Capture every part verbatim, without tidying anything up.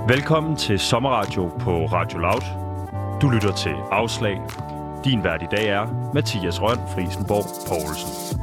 Velkommen til Sommerradio på Radio Loud. Du lytter til Afslag. Din vært i dag er Mathias Rønn Friesenborg Poulsen.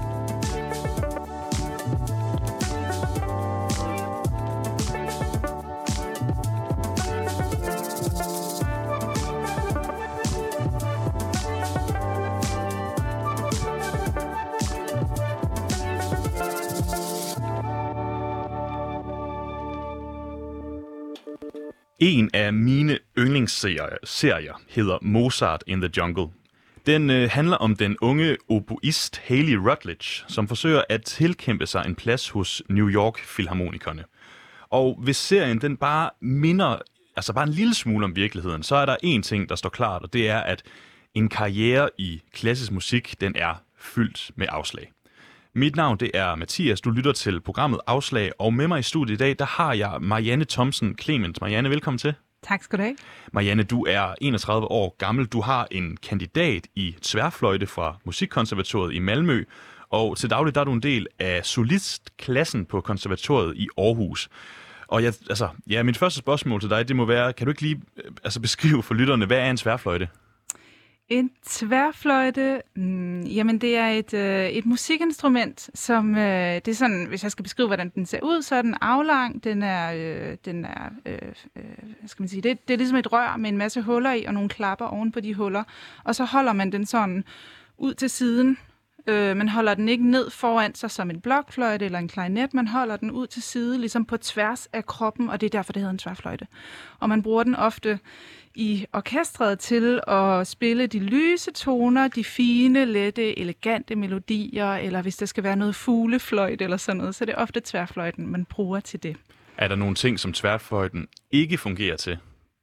En af mine yndlingsserier hedder Mozart in the Jungle. Den øh, handler om den unge oboist Hayley Rutledge, som forsøger at tilkæmpe sig en plads hos New York Filharmonikerne. Og hvis serien den bare minder, altså bare en lille smule om virkeligheden, så er der én ting, der står klart, og det er, at en karriere i klassisk musik, den er fyldt med afslag. Mit navn det er Mathias, du lytter til programmet Afslag, og med mig i studiet i dag, der har jeg Marianne Thomsen Clement. Marianne, velkommen til. Tak skal du have. Marianne, du er enogtredive år gammel. Du har en kandidat i tværfløjte fra Musikkonservatoriet i Malmø, og til daglig der er du en del af solistklassen på konservatoriet i Aarhus. Og jeg, altså, ja, mit første spørgsmål til dig, det må være, kan du ikke lige altså, beskrive for lytterne, hvad er en tværfløjte? En tværfløjte, mm, jamen det er et, øh, et musikinstrument, som øh, det er sådan, hvis jeg skal beskrive, hvordan den ser ud, så er den aflang, den er, øh, den er øh, øh, hvad skal man sige, det, det er ligesom et rør med en masse huller i og nogle klapper oven på de huller, og så holder man den sådan ud til siden. Øh, man holder den ikke ned foran sig som en blokfløjte eller en klarinet, man holder den ud til side, ligesom på tværs af kroppen, og det er derfor, det hedder en tværfløjte. Og man bruger den ofte i orkestret til at spille de lyse toner, de fine, lette, elegante melodier, eller hvis der skal være noget fuglefløjte eller sådan noget, så det er ofte tværfløjten, man bruger til det. Er der nogle ting, som tværfløjten ikke fungerer til?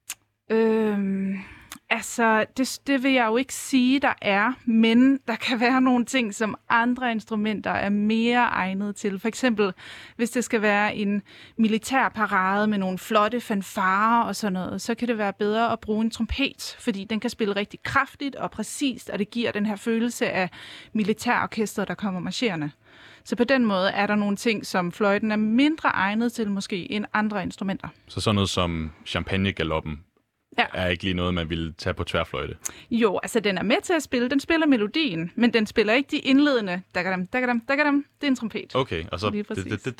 Øhm... Altså, det, det vil jeg jo ikke sige, der er, men der kan være nogle ting, som andre instrumenter er mere egnet til. For eksempel, hvis det skal være en militær parade med nogle flotte fanfarer og sådan noget, så kan det være bedre at bruge en trompet, fordi den kan spille rigtig kraftigt og præcist, og det giver den her følelse af militærorkestret, der kommer marcherende. Så på den måde er der nogle ting, som fløjten er mindre egnet til måske end andre instrumenter. Så sådan noget som champagnegaloppen? Ja. Er ikke lige noget, man ville tage på tværfløjte? Jo, altså den er med til at spille. Den spiller melodien, men den spiller ikke de indledende. Dagadam, dagadam, dagadam. Det er en trompet. Okay, og så... Lige præcis. Yes, det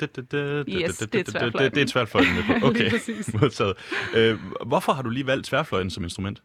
er tværfløjten. Det er tværfløjten med på. Okay, lige præcis. modtaget. Øh, hvorfor har du lige valgt tværfløjten som instrument?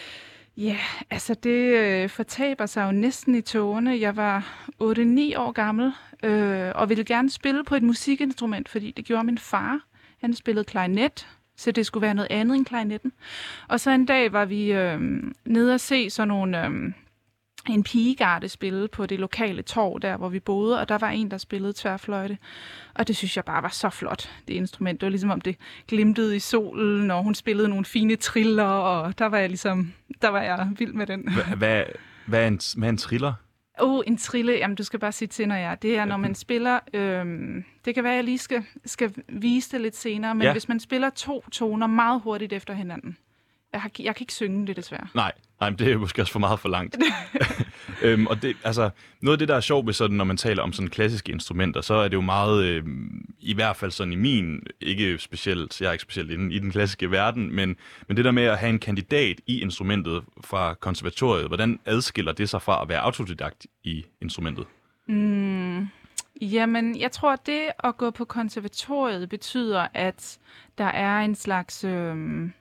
Ja, altså det øh, fortaber sig jo næsten i tågerne. Jeg var otte ni år gammel, øh, og ville gerne spille på et musikinstrument, fordi det gjorde min far. Han spillede klarinet, så det skulle være noget andet end klarinetten. Og så en dag var vi øh, nede og se sådan nogle, øh, en pigegarde spille på det lokale torv, der hvor vi boede, og der var en, der spillede tværfløjte. Og det synes jeg bare var så flot, det instrument. Det var ligesom om det glimtede i solen, og hun spillede nogle fine triller, og der var jeg ligesom, der var jeg vild med den. Hvad, hvad, hvad, er, en, hvad er en triller? Åh, oh, en trille. Jamen, du skal bare sige til, når jeg... Det er, når man spiller... Øhm, det kan være, at jeg lige skal, skal vise det lidt senere, men ja. Hvis man spiller to toner meget hurtigt efter hinanden. Jeg, har, jeg kan ikke synge det, desværre. Nej, nej, men det er måske også for meget for langt. øhm, og det, altså, noget af det, der er sjovt ved sådan, når man taler om sådan klassiske instrumenter, så er det jo meget, øh, i hvert fald sådan i min, ikke specielt, jeg er ikke specielt inde i den klassiske verden, men, men det der med at have en kandidat i instrumentet fra konservatoriet, hvordan adskiller det sig fra at være autodidakt i instrumentet? Mm, jamen, jeg tror, at det at gå på konservatoriet betyder, at der er en slags... Øh,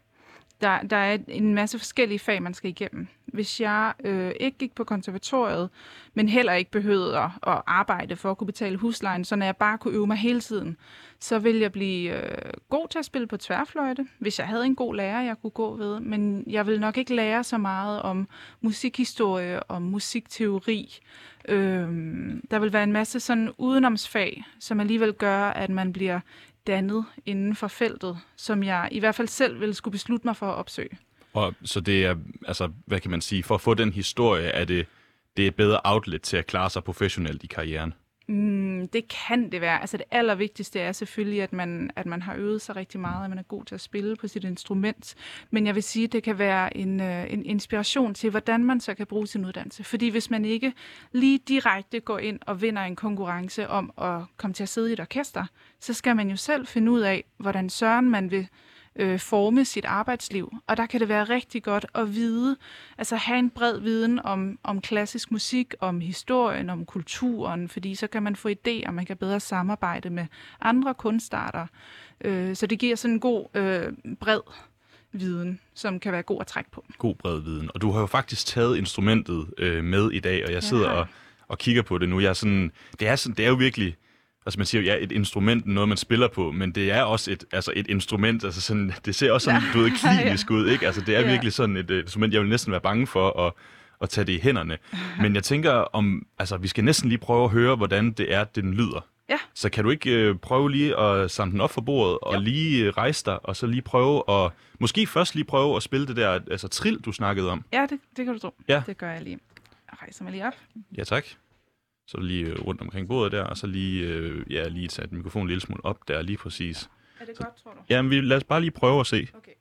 Der, der er en masse forskellige fag, man skal igennem. Hvis jeg øh, ikke gik på konservatoriet, men heller ikke behøvede at, at arbejde for at kunne betale huslejen, så når jeg bare kunne øve mig hele tiden, så ville jeg blive øh, god til at spille på tværfløjte, hvis jeg havde en god lærer, jeg kunne gå ved. Men jeg ville nok ikke lære så meget om musikhistorie og musikteori. Øh, der vil være en masse sådan udenomsfag, som alligevel gør, at man bliver dannet inden for feltet, som jeg i hvert fald selv ville skulle beslutte mig for at opsøge. Og så det er, altså, hvad kan man sige, for at få den historie, er det, det er et bedre outlet til at klare sig professionelt i karrieren? Mm, det kan det være. Altså det allervigtigste er selvfølgelig, at man, at man har øvet sig rigtig meget, at man er god til at spille på sit instrument. Men jeg vil sige, at det kan være en, en inspiration til, hvordan man så kan bruge sin uddannelse. Fordi hvis man ikke lige direkte går ind og vinder en konkurrence om at komme til at sidde i et orkester, så skal man jo selv finde ud af, hvordan søren man vil øh, forme sit arbejdsliv. Og der kan det være rigtig godt at vide, altså have en bred viden om, om klassisk musik, om historien, om kulturen, fordi så kan man få idéer, man kan bedre samarbejde med andre kunstarter. Øh, så det giver sådan en god, øh, bred viden, som kan være god at trække på. God bred viden. Og du har jo faktisk taget instrumentet øh, med i dag, og jeg sidder og, og kigger på det nu. Jeg er sådan, det, er sådan, det er jo virkelig, altså man siger jo, ja, et instrument, noget man spiller på, men det er også et, altså et instrument, altså sådan, det ser også sådan, du ved, klinisk ud, ikke? Altså det er ja. virkelig sådan et, et instrument, jeg vil næsten være bange for at, at tage det i hænderne. Men jeg tænker om, altså vi skal næsten lige prøve at høre, hvordan det er, den lyder. Ja. Så kan du ikke øh, prøve lige at samle den op for bordet, og jo. lige øh, rejse dig, og så lige prøve at, måske først lige prøve at spille det der, altså trill, du snakkede om. Ja, det, det kan du tro. Ja. Det gør jeg lige. Jeg rejser mig lige op. Ja, tak. Så lige øh, rundt omkring bordet der, og så lige, øh, ja, lige tage mikrofonen en lille smule op der, lige præcis. Er det så, godt, tror du? Jamen, vi, lad os bare lige prøve at se. Okay.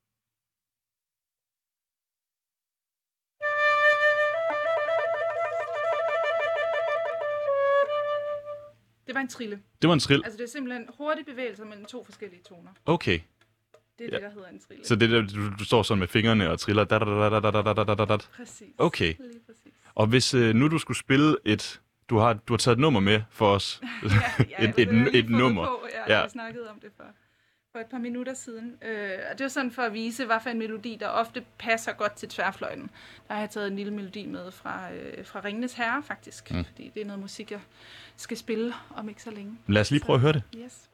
Det var en trille. Det var en trill. Altså det er simpelthen hurtige bevægelser mellem to forskellige toner. Okay. Det er ja. det, der hedder en trille. Så det der, du, du står sådan med fingrene og triller. Da, da, da, da, da, da, da, da, da. Præcis. Okay. Lige præcis. Og hvis øh, nu du skulle spille et, du har, du har taget et nummer med for os. ja, ja, et, et, et, et nummer. På. Ja, ja. Jeg snakkede om det for, for et par minutter siden. Øh, og det var sådan for at vise, hvad for en melodi, der ofte passer godt til tværfløjten. Der har jeg taget en lille melodi med fra, øh, fra Ringenes Herre, faktisk. Mm. Fordi det er noget musik, jeg skal spille om ikke så længe. Lad os lige prøve så, at høre det. Yes.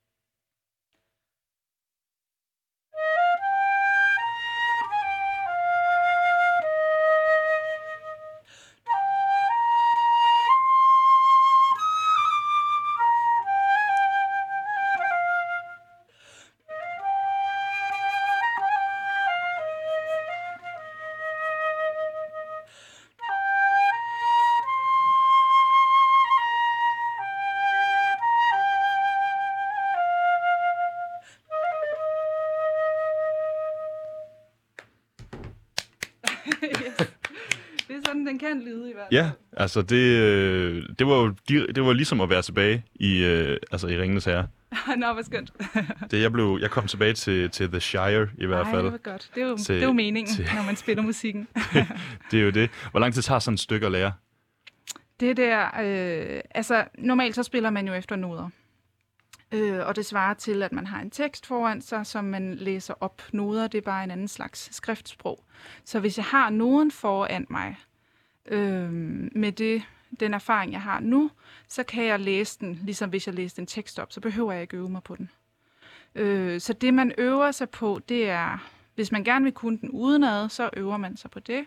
Yes. Det er sådan, den kan lyde i hvert fald. Ja, altså det, det, var jo, det var ligesom at være tilbage i, altså i Ringenes Herre. Nå, hvor skønt. det, jeg, blev, jeg kom tilbage til, til The Shire i hvert fald. Ej, det var godt. Det er jo, til, det er jo meningen, til, når man spiller musikken. det er jo det. Hvor lang tid tager sådan et stykke at lære? Det der, øh, altså normalt så spiller man jo efter noder. Øh, og det svarer til, at man har en tekst foran sig, som man læser op. Noder, det er bare en anden slags skriftsprog. Så hvis jeg har noden foran mig, øh, med det, den erfaring, jeg har nu, så kan jeg læse den, ligesom hvis jeg læste en tekst op, så behøver jeg ikke øve mig på den. Øh, så det, man øver sig på, det er, hvis man gerne vil kunne den udenad, så øver man sig på det.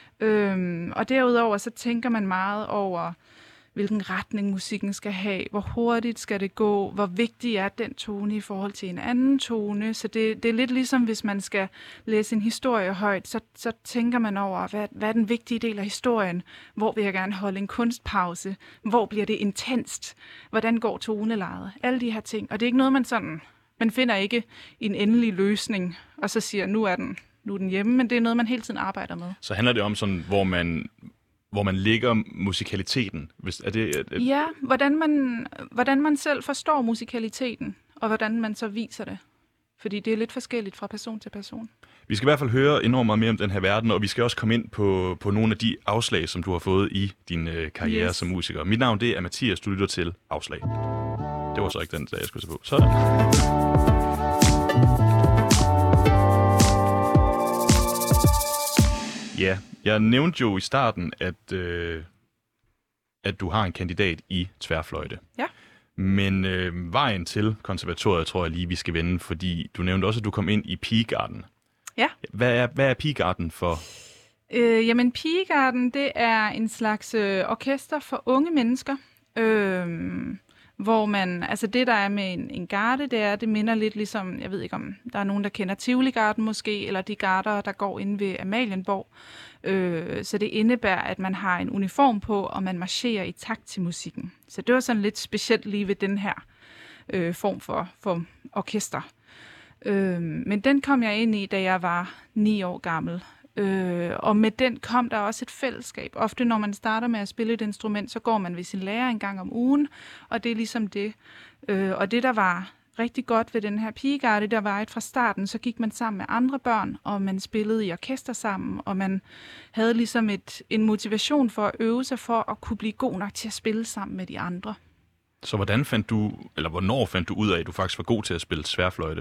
Øh, og derudover, så tænker man meget over, hvilken retning musikken skal have, hvor hurtigt skal det gå, hvor vigtig er den tone i forhold til en anden tone. Så det, det er lidt ligesom, hvis man skal læse en historie højt, så, så tænker man over, hvad, hvad er den vigtige del af historien? Hvor vil jeg gerne holde en kunstpause? Hvor bliver det intenst? Hvordan går tonelejet? Alle de her ting. Og det er ikke noget, man sådan, man finder ikke en endelig løsning, og så siger, nu er den, nu er den hjemme, men det er noget, man hele tiden arbejder med. Så handler det om sådan, hvor man... hvor man lægger musikaliteten? Hvis, er det, er det... Ja, hvordan man, hvordan man selv forstår musikaliteten, og hvordan man så viser det. Fordi det er lidt forskelligt fra person til person. Vi skal i hvert fald høre enormt meget mere om den her verden, og vi skal også komme ind på, på nogle af de afslag, som du har fået i din øh, karriere yes. som musiker. Mit navn det er Mathias, du lytter til Afslag. Det var så ikke den, jeg skulle se på. Sådan. Ja, jeg nævnte jo i starten, at, øh, at du har en kandidat i tværfløjte. Ja. Men øh, vejen til konservatoriet tror jeg lige, vi skal vende, fordi du nævnte også, at du kom ind i Pigegarden. Ja. Hvad er, hvad er Pigegarden for? Øh, jamen, Pigegarden, det er en slags øh, orkester for unge mennesker. Øh, hvor man, altså det der er med en, en garde, det er, det minder lidt ligesom, jeg ved ikke om der er nogen, der kender Tivoli-garden måske, eller de garder, der går inde ved Amalienborg. Øh, så det indebærer, at man har en uniform på, og man marcherer i takt til musikken. Så det var sådan lidt specielt lige ved den her øh, form for, for orkester. Øh, men den kom jeg ind i, da jeg var ni år gammel. Øh, og med den kom der også et fællesskab. Ofte når man starter med at spille et instrument, så går man ved sin lærer en gang om ugen, og det er ligesom det. Øh, og det, der var rigtig godt ved den her pigegarde, der var et fra starten, så gik man sammen med andre børn, og man spillede i orkester sammen, og man havde ligesom et, en motivation for at øve sig for at kunne blive god nok til at spille sammen med de andre. Så hvordan fandt du, eller hvornår fandt du ud af, at du faktisk var god til at spille tværfløjte?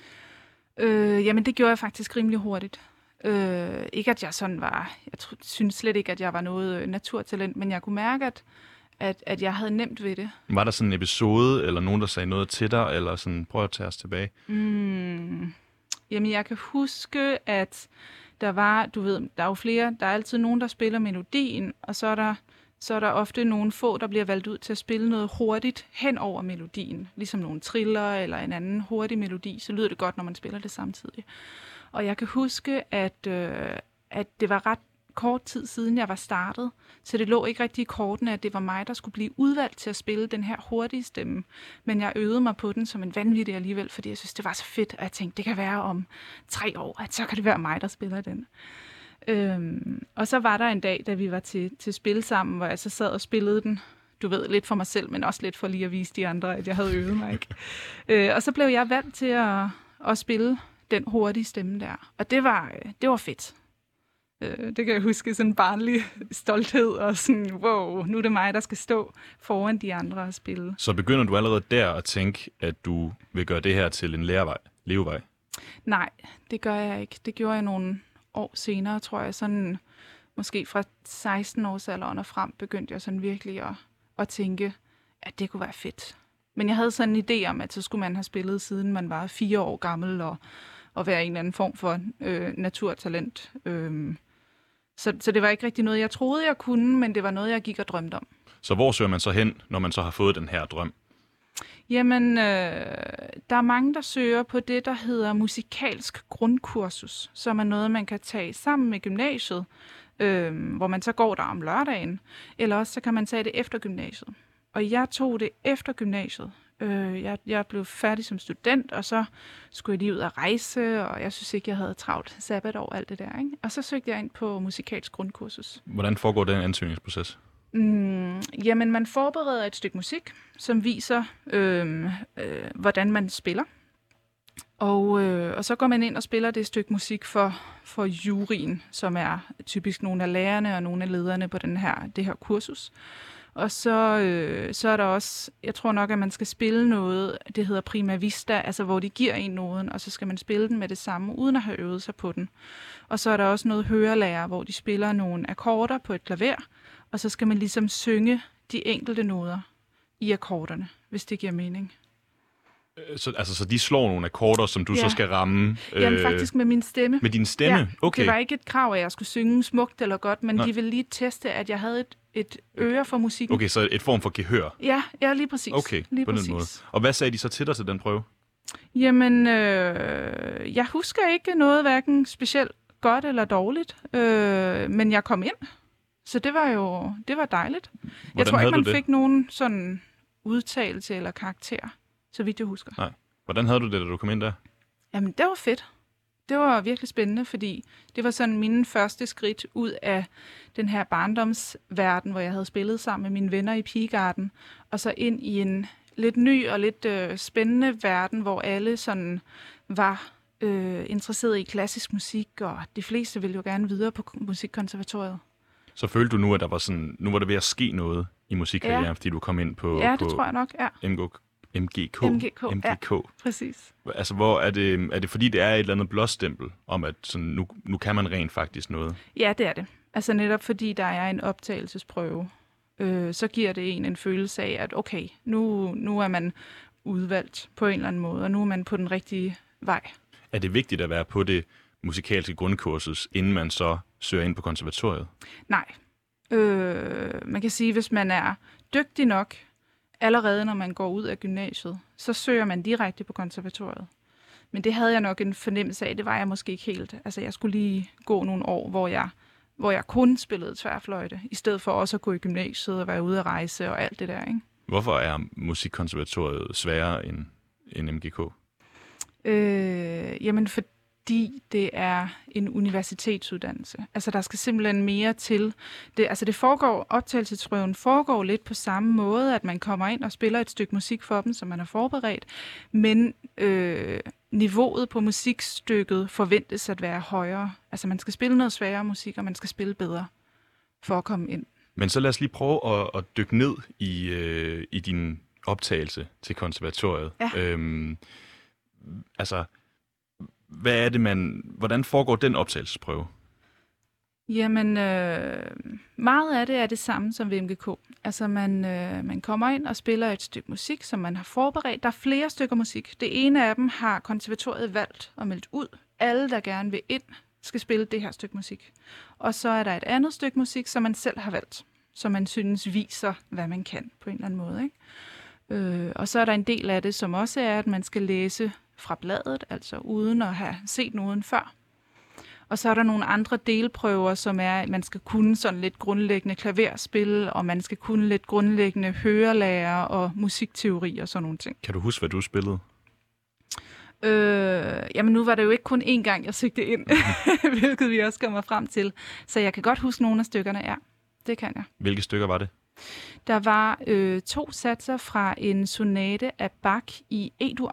Øh, jamen, det gjorde jeg faktisk rimelig hurtigt. Øh, ikke at jeg sådan var, jeg tro, synes slet ikke, at jeg var noget naturtalent, men jeg kunne mærke, at, at, at jeg havde nemt ved det. Var der sådan en episode, eller nogen, der sagde noget til dig, eller sådan, prøv at tage os tilbage? Mm, jamen, jeg kan huske, at der var, du ved, der er jo flere, der er altid nogen, der spiller melodien, og så er der, så er der ofte nogle få, der bliver valgt ud til at spille noget hurtigt hen over melodien, ligesom nogle triller eller en anden hurtig melodi, så lyder det godt, når man spiller det samtidig. Og jeg kan huske, at, øh, at det var ret kort tid siden, jeg var startet, så det lå ikke rigtig i kortene, at det var mig, der skulle blive udvalgt til at spille den her hurtige stemme. Men jeg øvede mig på den som en vanvittig alligevel, fordi jeg synes, det var så fedt, og jeg tænkte, det kan være om tre år, at så kan det være mig, der spiller den. Øhm, og så var der en dag, da vi var til, til spil sammen, hvor jeg så sad og spillede den, du ved, lidt for mig selv, men også lidt for lige at vise de andre, at jeg havde øvet mig, ikke? øh, og så blev jeg valgt til at, at spille den hurtige stemme der. Og det var, det var fedt. Øh, det kan jeg huske, sådan en barnlig stolthed, og sådan, wow, nu er det mig, der skal stå foran de andre og spille. Så begynder du allerede der at tænke, at du vil gøre det her til en lærevej, levevej? Nej, det gør jeg ikke. Det gjorde jeg nogle år senere, tror jeg. Sådan, måske fra seksten års alderen og frem, begyndte jeg sådan virkelig at, at tænke, at det kunne være fedt. Men jeg havde sådan en idé om, at så skulle man have spillet, siden man var fire år gammel, og, og være en eller anden form for øh, naturtalent. Øh, så, så det var ikke rigtig noget, jeg troede, jeg kunne, men det var noget, jeg gik og drømte om. Så hvor søger man så hen, når man så har fået den her drøm? Jamen, øh, der er mange, der søger på det, der hedder musikalsk grundkursus, som er noget, man kan tage sammen med gymnasiet, øh, hvor man så går der om lørdagen, eller også så kan man tage det efter gymnasiet. Og jeg tog det efter gymnasiet. Øh, jeg, jeg blev færdig som student, og så skulle jeg lige ud at rejse, og jeg synes ikke, jeg havde travlt sabbatår, alt det der, ikke? Og så søgte jeg ind på musikalsk grundkursus. Hvordan foregår den ansøgningsproces? Mm, jamen, man forbereder et stykke musik, som viser, øh, øh, hvordan man spiller. Og, øh, og så går man ind og spiller det stykke musik for, for juryen, som er typisk nogle af lærerne og nogle af lederne på den her, det her kursus. Og så, øh, så er der også, jeg tror nok, at man skal spille noget, det hedder prima vista, altså hvor de giver en noden, og så skal man spille den med det samme, uden at have øvet sig på den. Og så er der også noget hørelærer, hvor de spiller nogle akkorder på et klaver, og så skal man ligesom synge de enkelte noder i akkorderne, hvis det giver mening. Så, altså, så de slår nogle akkorder, som du ja. så skal ramme? Øh, Jamen faktisk med min stemme. Med din stemme? Ja, okay. Det var ikke et krav, at jeg skulle synge smukt eller godt, men Nej. de ville lige teste, at jeg havde et, et øre for musikken. Okay, så et form for gehør? Ja, ja lige præcis. Okay, lige på præcis. den måde. Og hvad sagde de så til dig til den prøve? Jamen, øh, jeg husker ikke noget hverken specielt godt eller dårligt, øh, men jeg kom ind. Så det var jo det var dejligt. Hvordan jeg tror ikke, man det? fik nogen sådan udtalelse eller karakter, så vidt jeg husker. Nej. Hvordan havde du det, da du kom ind der? Jamen, det var fedt. Det var virkelig spændende, fordi det var sådan mine første skridt ud af den her barndomsverden, hvor jeg havde spillet sammen med mine venner i pigegarden, og så ind i en lidt ny og lidt øh, spændende verden, hvor alle sådan var øh, interesseret i klassisk musik, og de fleste ville jo gerne videre på musikkonservatoriet. Så følte du nu, at der var sådan, nu var der ved at ske noget i musikkarrieren, ja. fordi du kom ind på, ja, det på tror jeg nok, ja. M G K? M G K, M G K. Ja, præcis. Altså, hvor er det, er det fordi, det er et eller andet blåstempel om, at sådan, nu, nu kan man rent faktisk noget? Ja, det er det. Altså netop fordi der er en optagelsesprøve, øh, så giver det en en følelse af, at okay, nu, nu er man udvalgt på en eller anden måde, og nu er man på den rigtige vej. Er det vigtigt at være på det musikalske grundkursus, inden man så søger ind på konservatoriet? Nej. Øh, man kan sige, hvis man er dygtig nok, allerede når man går ud af gymnasiet, så søger man direkte på konservatoriet. Men det havde jeg nok en fornemmelse af, det var jeg måske ikke helt. Altså jeg skulle lige gå nogle år, hvor jeg, hvor jeg kun spillede tværfløjte, i stedet for også at gå i gymnasiet og være ude at rejse og alt det der, ikke? Hvorfor er musikkonservatoriet sværere end, end M G K? Øh, jamen fordi fordi det er en universitetsuddannelse. Altså, der skal simpelthen mere til. Det, altså, det foregår, optagelsesprøven foregår lidt på samme måde, at man kommer ind og spiller et stykke musik for dem, som man har forberedt, men øh, niveauet på musikstykket forventes at være højere. Altså, man skal spille noget sværere musik, og man skal spille bedre for at komme ind. Men så lad os lige prøve at, at dykke ned i, øh, i din optagelse til konservatoriet. Ja. Øhm, altså, hvad er det, man... Hvordan foregår den optagelsesprøve? Jamen, øh, meget af det er det samme som ved M G K. Altså, man, øh, man kommer ind og spiller et stykke musik, som man har forberedt. Der er flere stykker musik. Det ene af dem har konservatoriet valgt og meldt ud. Alle, der gerne vil ind, skal spille det her stykke musik. Og så er der et andet stykke musik, som man selv har valgt, som man synes viser, hvad man kan på en eller anden måde, ikke? Øh, og så er der en del af det, som også er, at man skal læse fra bladet, altså uden at have set noden før. Og så er der nogle andre delprøver, som er, at man skal kunne sådan lidt grundlæggende klaverspil, og man skal kunne lidt grundlæggende hørelærer og musikteori og sådan nogle ting. Kan du huske, hvad du spillede? Øh, jamen nu var det jo ikke kun én gang, jeg søgte ind, hvilket vi også kommer frem til. Så jeg kan godt huske nogle af stykkerne, ja. Det kan jeg. Hvilke stykker var det? Der var øh, to satser fra en sonate af Bach i E-dur.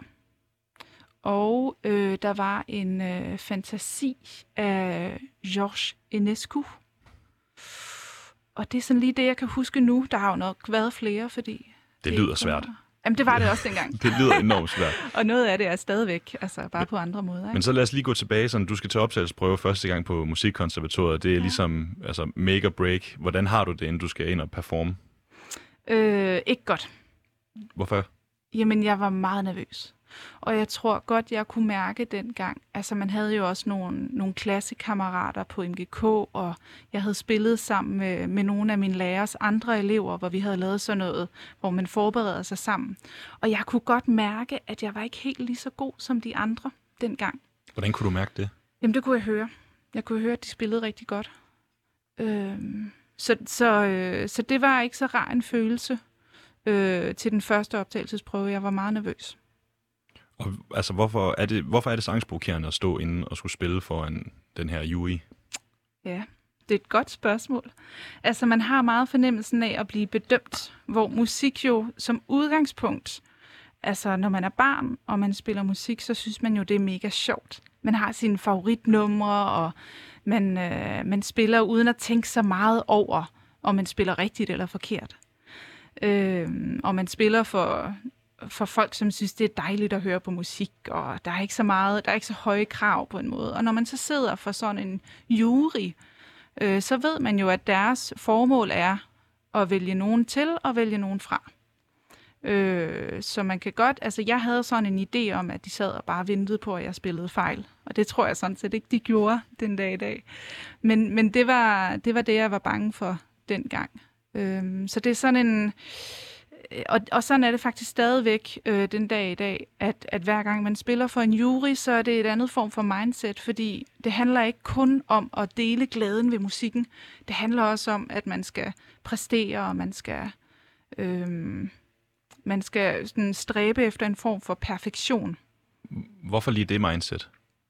Og øh, der var en øh, fantasi af Georges Enescu. Og det er sådan lige det, jeg kan huske nu. Der har jo nok været flere, fordi... Det, det lyder svært. Jamen, det var det også dengang. Det lyder enormt svært. Og noget af det er stadigvæk, altså bare men, på andre måder. Ikke? Men så lad os lige gå tilbage, sådan du skal til optagelsesprøve første gang på Musikkonservatoriet. Det er ja. ligesom altså, make or break. Hvordan har du det, inden du skal ind og performe? Øh, ikke godt. Hvorfor? Jamen, jeg var meget nervøs. Og jeg tror godt, jeg kunne mærke dengang. Altså, man havde jo også nogle, nogle klassekammerater på M G K, og jeg havde spillet sammen med, med nogle af mine lærers andre elever, hvor vi havde lavet sådan noget, hvor man forberedte sig sammen. Og jeg kunne godt mærke, at jeg var ikke helt lige så god som de andre dengang. Hvordan kunne du mærke det? Jamen, det kunne jeg høre. Jeg kunne høre, at de spillede rigtig godt. Øhm, så, så, øh, så det var ikke så rar en følelse øh, til den første optagelsesprøve. Jeg var meget nervøs. Og altså, hvorfor er det, hvorfor er det så angstprovokerende at stå inde og skulle spille foran den her jury? Ja, det er et godt spørgsmål. Altså, man har meget fornemmelsen af at blive bedømt, hvor musik jo som udgangspunkt, altså når man er barn, og man spiller musik, så synes man jo, det er mega sjovt. Man har sine favoritnumre, og man, øh, man spiller uden at tænke så meget over, om man spiller rigtigt eller forkert. Øh, og man spiller for... for folk, som synes, det er dejligt at høre på musik, og der er ikke så meget, der er ikke så høje krav på en måde. Og når man så sidder for sådan en jury, øh, så ved man jo, at deres formål er at vælge nogen til og vælge nogen fra. Øh, så man kan godt, altså jeg havde sådan en idé om, at de sad og bare ventede på, at jeg spillede fejl. Og det tror jeg sådan set ikke, de gjorde den dag i dag. Men, men det, var, det var det, jeg var bange for dengang. Øh, så det er sådan en... Og, og sådan er det faktisk stadigvæk øh, den dag i dag, at, at hver gang man spiller for en jury, så er det et andet form for mindset, fordi det handler ikke kun om at dele glæden ved musikken. Det handler også om, at man skal præstere, og man skal, øh, man skal sådan stræbe efter en form for perfektion. Hvorfor lige det mindset?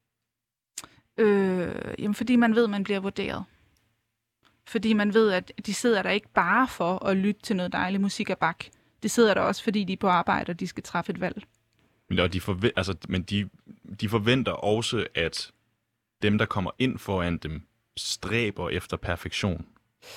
Øh, jamen, fordi man ved, at man bliver vurderet. Fordi man ved, at de sidder der ikke bare for at lytte til noget dejlig musik af Bach. De sidder der også, fordi de er på arbejde, og de skal træffe et valg. Men, de, forve- altså, men de, de forventer også, at dem, der kommer ind foran dem, stræber efter perfektion.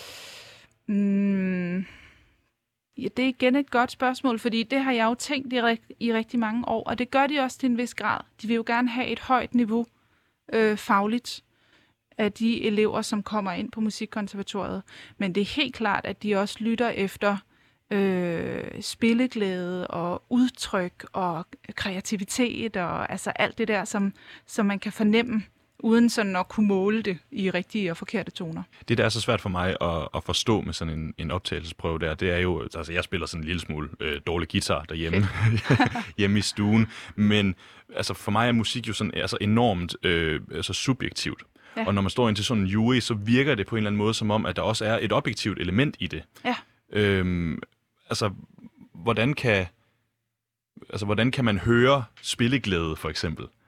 Mm, ja, det er igen et godt spørgsmål, fordi det har jeg jo tænkt i, rig- i rigtig mange år, og det gør de også til en vis grad. De vil jo gerne have et højt niveau øh, fagligt af de elever, som kommer ind på Musikkonservatoriet. Men det er helt klart, at de også lytter efter øh, spilleglæde og udtryk og kreativitet og altså alt det der, som, som man kan fornemme, uden sådan at kunne måle det i rigtige og forkerte toner. Det, der er så svært for mig at, at forstå med sådan en, en optagelsesprøve der, det er jo, altså jeg spiller sådan en lille smule øh, dårlig guitar derhjemme, hjemme i stuen, men altså for mig er musik jo sådan altså enormt øh, altså subjektivt. Ja. Og når man står ind til sådan en jury, så virker det på en eller anden måde som om, at der også er et objektivt element i det. Ja. Øhm, altså, hvordan kan, altså, hvordan kan man høre spilleglæde, for eksempel?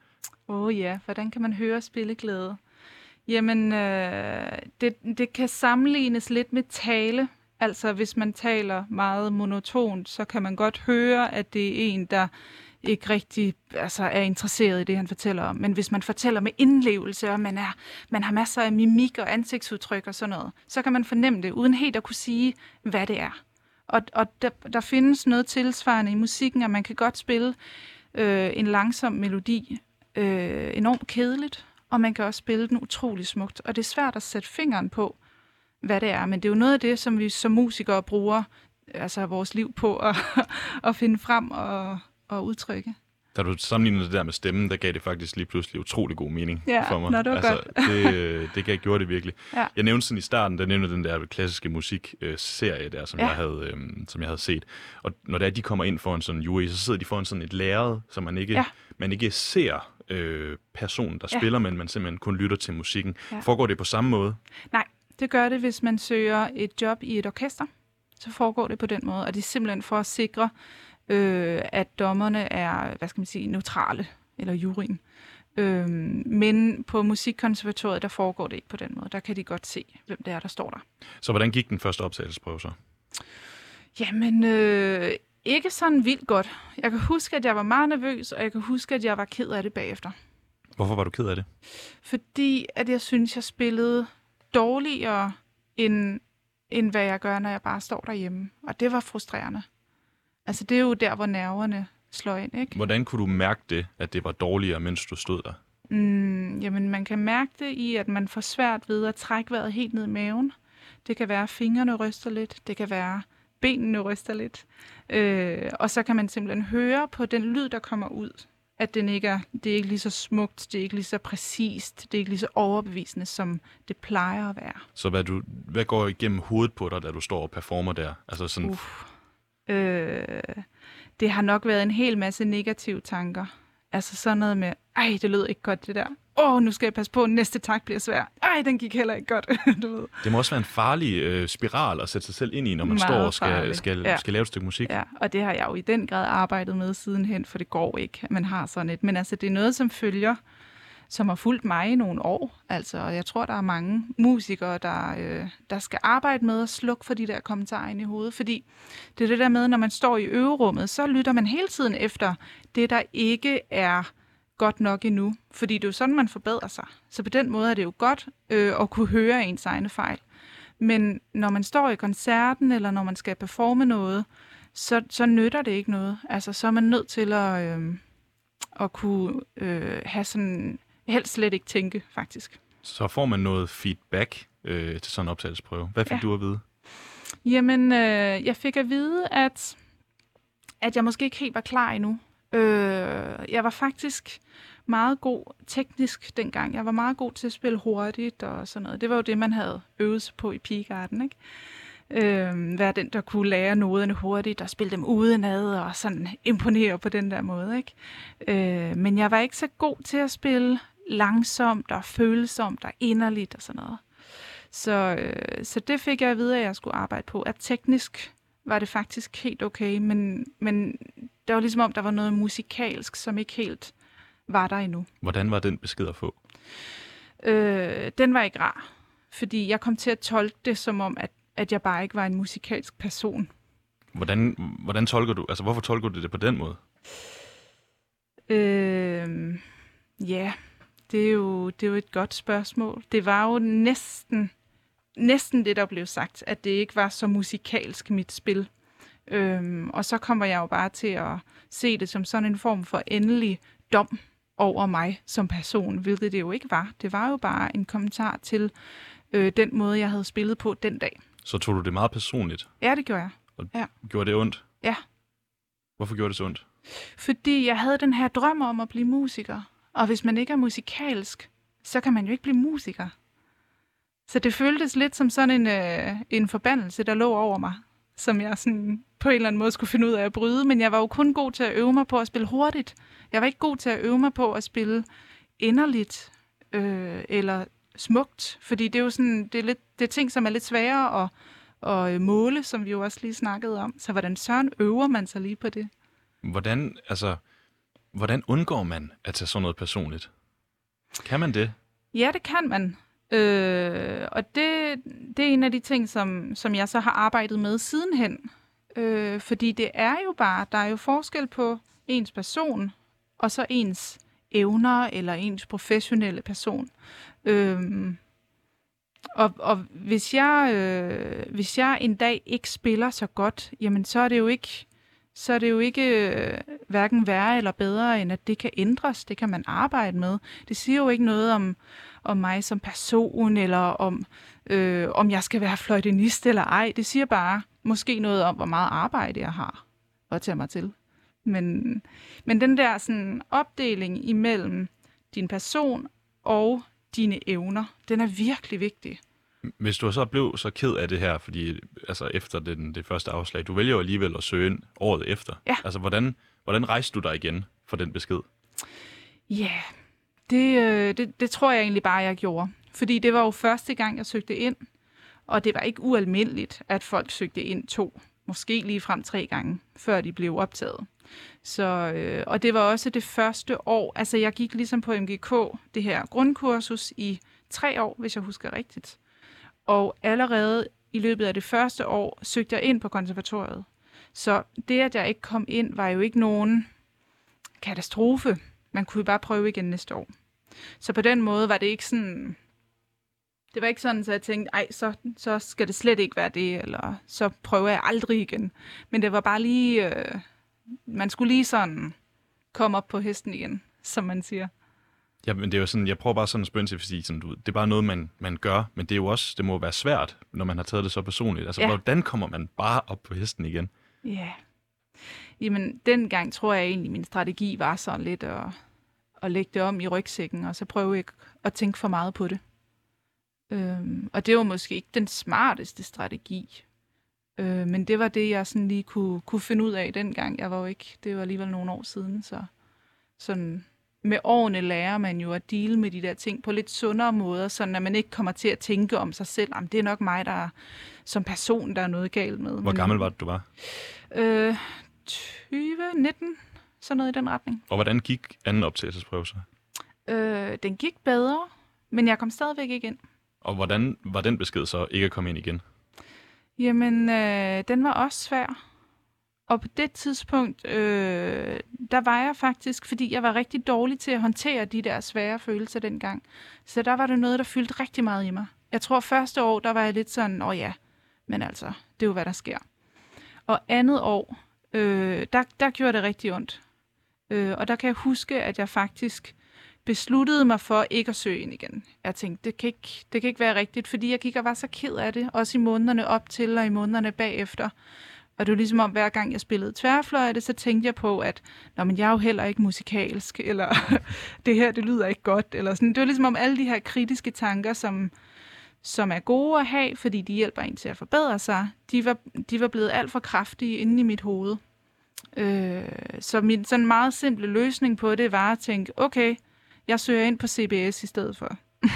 Åh oh, ja, hvordan kan man høre spilleglæde? Jamen, øh, det, det kan sammenlignes lidt med tale. Altså, hvis man taler meget monotont, så kan man godt høre, at det er en, der ikke rigtig altså, er interesseret i det, han fortæller om. Men hvis man fortæller med indlevelse, og man, er, man har masser af mimik og ansigtsudtryk og sådan noget, så kan man fornemme det, uden helt at kunne sige, hvad det er. Og, og der, der findes noget tilsvarende i musikken, at man kan godt spille øh, en langsom melodi øh, enormt kedeligt, og man kan også spille den utrolig smukt. Og det er svært at sætte fingeren på, hvad det er. Men det er jo noget af det, som vi som musikere bruger altså vores liv på at, at finde frem og, og udtrykke. Da du sammenlignede det der med stemmen, der gav det faktisk lige pludselig utrolig god mening ja, for mig. Nå, det var altså, godt. det, det gav, gjorde det virkelig. Ja. Jeg nævnte sådan i starten, der nævnte den der klassiske musikserie der, som, ja. jeg havde, øhm, som jeg havde set. Og når der de kommer ind foran sådan en jury, så sidder de foran sådan et lærred, så man ikke, ja. man ikke ser øh, personen, der ja. spiller, men man simpelthen kun lytter til musikken. Ja. Foregår det på samme måde? Nej, det gør det, hvis man søger et job i et orkester. Så foregår det på den måde, og det er simpelthen for at sikre, øh, at dommerne er, hvad skal man sige, neutrale, eller juryen. Øh, men på musikkonservatoriet, der foregår det ikke på den måde. Der kan de godt se, hvem det er, der står der. Så hvordan gik den første optagelsesprøve så? Jamen, øh, ikke sådan vildt godt. Jeg kan huske, at jeg var meget nervøs, og jeg kan huske, at jeg var ked af det bagefter. Hvorfor var du ked af det? Fordi, at jeg synes, jeg spillede dårligere, end, end hvad jeg gør, når jeg bare står derhjemme. Og det var frustrerende. Altså, det er jo der, hvor nerverne slår ind, ikke? Hvordan kunne du mærke det, at det var dårligere, mens du stod der? Mm, jamen, man kan mærke det i, at man får svært ved at trække vejret helt ned i maven. Det kan være, at fingrene ryster lidt. Det kan være, benene ryster lidt. Øh, og så kan man simpelthen høre på den lyd, der kommer ud, at den ikke er, det er ikke lige så smukt, det er ikke lige så præcist, det er ikke lige så overbevisende, som det plejer at være. Så hvad, du, hvad går igennem hovedet på dig, da du står og performer der? Altså sådan... Uff. Øh, det har nok været en hel masse negative tanker. Altså sådan noget med, ej, det lød ikke godt det der. Åh, oh, nu skal jeg passe på, at næste tak bliver svær. Ej, den gik heller ikke godt, du ved. Det må også være en farlig øh, spiral at sætte sig selv ind i, når man Meget står og skal, skal, ja. skal lave et stykke musik. Ja, og det har jeg jo i den grad arbejdet med sidenhen, for det går ikke, at man har sådan et. Men altså, det er noget, som følger, som har fulgt mig i nogle år. Altså, og jeg tror, der er mange musikere, der, øh, der skal arbejde med at slukke for de der kommentarer ind i hovedet. Fordi det er det der med, når man står i øverummet, så lytter man hele tiden efter det, der ikke er godt nok endnu. Fordi det er jo sådan, man forbedrer sig. Så på den måde er det jo godt øh, at kunne høre ens egne fejl. Men når man står i koncerten, eller når man skal performe noget, så, så nytter det ikke noget. Altså, så er man nødt til at, øh, at kunne øh, have sådan... helst slet ikke tænke, faktisk. Så får man noget feedback øh, til sådan en optagelsesprøve. Hvad fik ja. du at vide? Jamen, øh, jeg fik at vide, at, at jeg måske ikke helt var klar endnu. Øh, jeg var faktisk meget god teknisk dengang. Jeg var meget god til at spille hurtigt og sådan noget. Det var jo det, man havde øvet sig på i Pigegarden, ikke? Øh, være den, der kunne lære noderne hurtigt og spille dem udenad og sådan imponere på den der måde, ikke? Øh, men jeg var ikke så god til at spille langsomt og følsomt og inderligt og sådan noget. Så, øh, så det fik jeg at vide, at jeg skulle arbejde på. At teknisk var det faktisk helt okay, men, men det var ligesom om, der var noget musikalsk, som ikke helt var der endnu. Hvordan var den besked at få? Øh, den var ikke rar, fordi jeg kom til at tolke det som om, at, at jeg bare ikke var en musikalsk person. Hvordan, hvordan tolker du, altså hvorfor tolker du det på den måde? Øh, ja, det er, jo, det er jo et godt spørgsmål. Det var jo næsten, næsten det, der blev sagt, at det ikke var så musikalsk, mit spil. Øhm, og så kommer jeg jo bare til at se det som sådan en form for endelig dom over mig som person, hvilket det jo ikke var. Det var jo bare en kommentar til øh, den måde, jeg havde spillet på den dag. Så tog du det meget personligt? Ja, det gjorde jeg. Og ja. Gjorde det ondt? Ja. Hvorfor gjorde det så ondt? Fordi jeg havde den her drøm om at blive musiker. Og hvis man ikke er musikalsk, så kan man jo ikke blive musiker. Så det føltes lidt som sådan en, øh, en forbandelse, der lå over mig, som jeg sådan på en eller anden måde skulle finde ud af at bryde. Men jeg var jo kun god til at øve mig på at spille hurtigt. Jeg var ikke god til at øve mig på at spille inderligt øh, eller smukt. Fordi det er jo sådan, det er, lidt, det er ting, som er lidt sværere at, at måle, som vi jo også lige snakkede om. Så hvordan søren øver man sig lige på det? Hvordan, altså... Hvordan undgår man at tage sådan noget personligt? Kan man det? Ja, det kan man. Øh, og det, det er en af de ting, som, som jeg så har arbejdet med sidenhen. Øh, fordi det er jo bare, der er jo forskel på ens person, og så ens evner, eller ens professionelle person. Øh, og, og hvis jeg, øh, hvis jeg en dag ikke spiller så godt, jamen så er det jo ikke, så er det jo ikke øh, hverken værre eller bedre, end at det kan ændres. Det kan man arbejde med. Det siger jo ikke noget om, om mig som person, eller om, øh, om jeg skal være fløjtenist eller ej. Det siger bare måske noget om, hvor meget arbejde jeg har at tage mig til. Men, men den der sådan, opdeling imellem din person og dine evner, den er virkelig vigtig. Hvis du så blev så ked af det her, fordi altså efter den, det første afslag, du vælger jo alligevel at søge ind året efter. Ja. Altså, hvordan, hvordan rejste du dig igen for den besked? Ja, yeah. det, øh, det, det tror jeg egentlig bare, jeg gjorde. Fordi det var jo første gang, jeg søgte ind, og det var ikke ualmindeligt, at folk søgte ind to, måske lige frem tre gange, før de blev optaget. Så, øh, og det var også det første år, altså jeg gik ligesom på M G K, det her grundkursus, i tre år, hvis jeg husker rigtigt. Og allerede i løbet af det første år søgte jeg ind på konservatoriet. Så det, at jeg ikke kom ind, var jo ikke nogen katastrofe. Man kunne jo bare prøve igen næste år. Så på den måde var det ikke sådan... Det var ikke sådan, at jeg tænkte, ej, så, så skal det slet ikke være det, eller så prøver jeg aldrig igen. Men det var bare lige... Øh, man skulle lige sådan komme op på hesten igen, som man siger. Ja, men det er jo sådan, jeg prøver bare sådan at spørge til, fordi sådan, du, det er bare noget, man, man gør, men det er jo også, det må være svært, når man har taget det så personligt. Altså, ja. Hvordan kommer man bare op på hesten igen? Ja, yeah. Jamen, dengang tror jeg egentlig, min strategi var sådan lidt at, at lægge det om i rygsækken, og så prøve ikke at tænke for meget på det. Øhm, og det var måske ikke den smarteste strategi, øh, men det var det, jeg sådan lige kunne, kunne finde ud af dengang. Jeg var jo ikke, det var alligevel nogle år siden, så sådan... Med årene lærer man jo at deale med de der ting på lidt sundere måder, sådan at man ikke kommer til at tænke om sig selv, om det er nok mig, der er, som person, der er noget galt med. Hvor Men, gammel var det, du var? Øh, tyve, nitten, sådan noget i den retning. Og hvordan gik anden optagelsesprøve så? Øh, den gik bedre, men jeg kom stadigvæk ikke ind. Og hvordan var den besked så ikke at komme ind igen? Jamen, øh, den var også svær. Og på det tidspunkt, øh, der var jeg faktisk, fordi jeg var rigtig dårlig til at håndtere de der svære følelser dengang. Så der var det noget, der fyldte rigtig meget i mig. Jeg tror, første år, der var jeg lidt sådan, åh ja, men altså, det er jo, hvad der sker. Og andet år, øh, der, der gjorde det rigtig ondt. Øh, og der kan jeg huske, at jeg faktisk besluttede mig for ikke at søge ind igen. Jeg tænkte, det kan ikke, det kan ikke være rigtigt, fordi jeg gik og var så ked af det, også i månederne op til og i månederne bagefter. Og det var ligesom om, hver gang jeg spillede tværfløjte, så tænkte jeg på, at Nå, men jeg er jo heller ikke musikalsk, eller det her, det lyder ikke godt. Eller sådan. Det var ligesom om alle de her kritiske tanker, som, som er gode at have, fordi de hjælper en til at forbedre sig, de var, de var blevet alt for kraftige inde i mit hoved. Øh, så min sådan meget simple løsning på det var at tænke, okay, jeg søger ind på C B S i stedet for.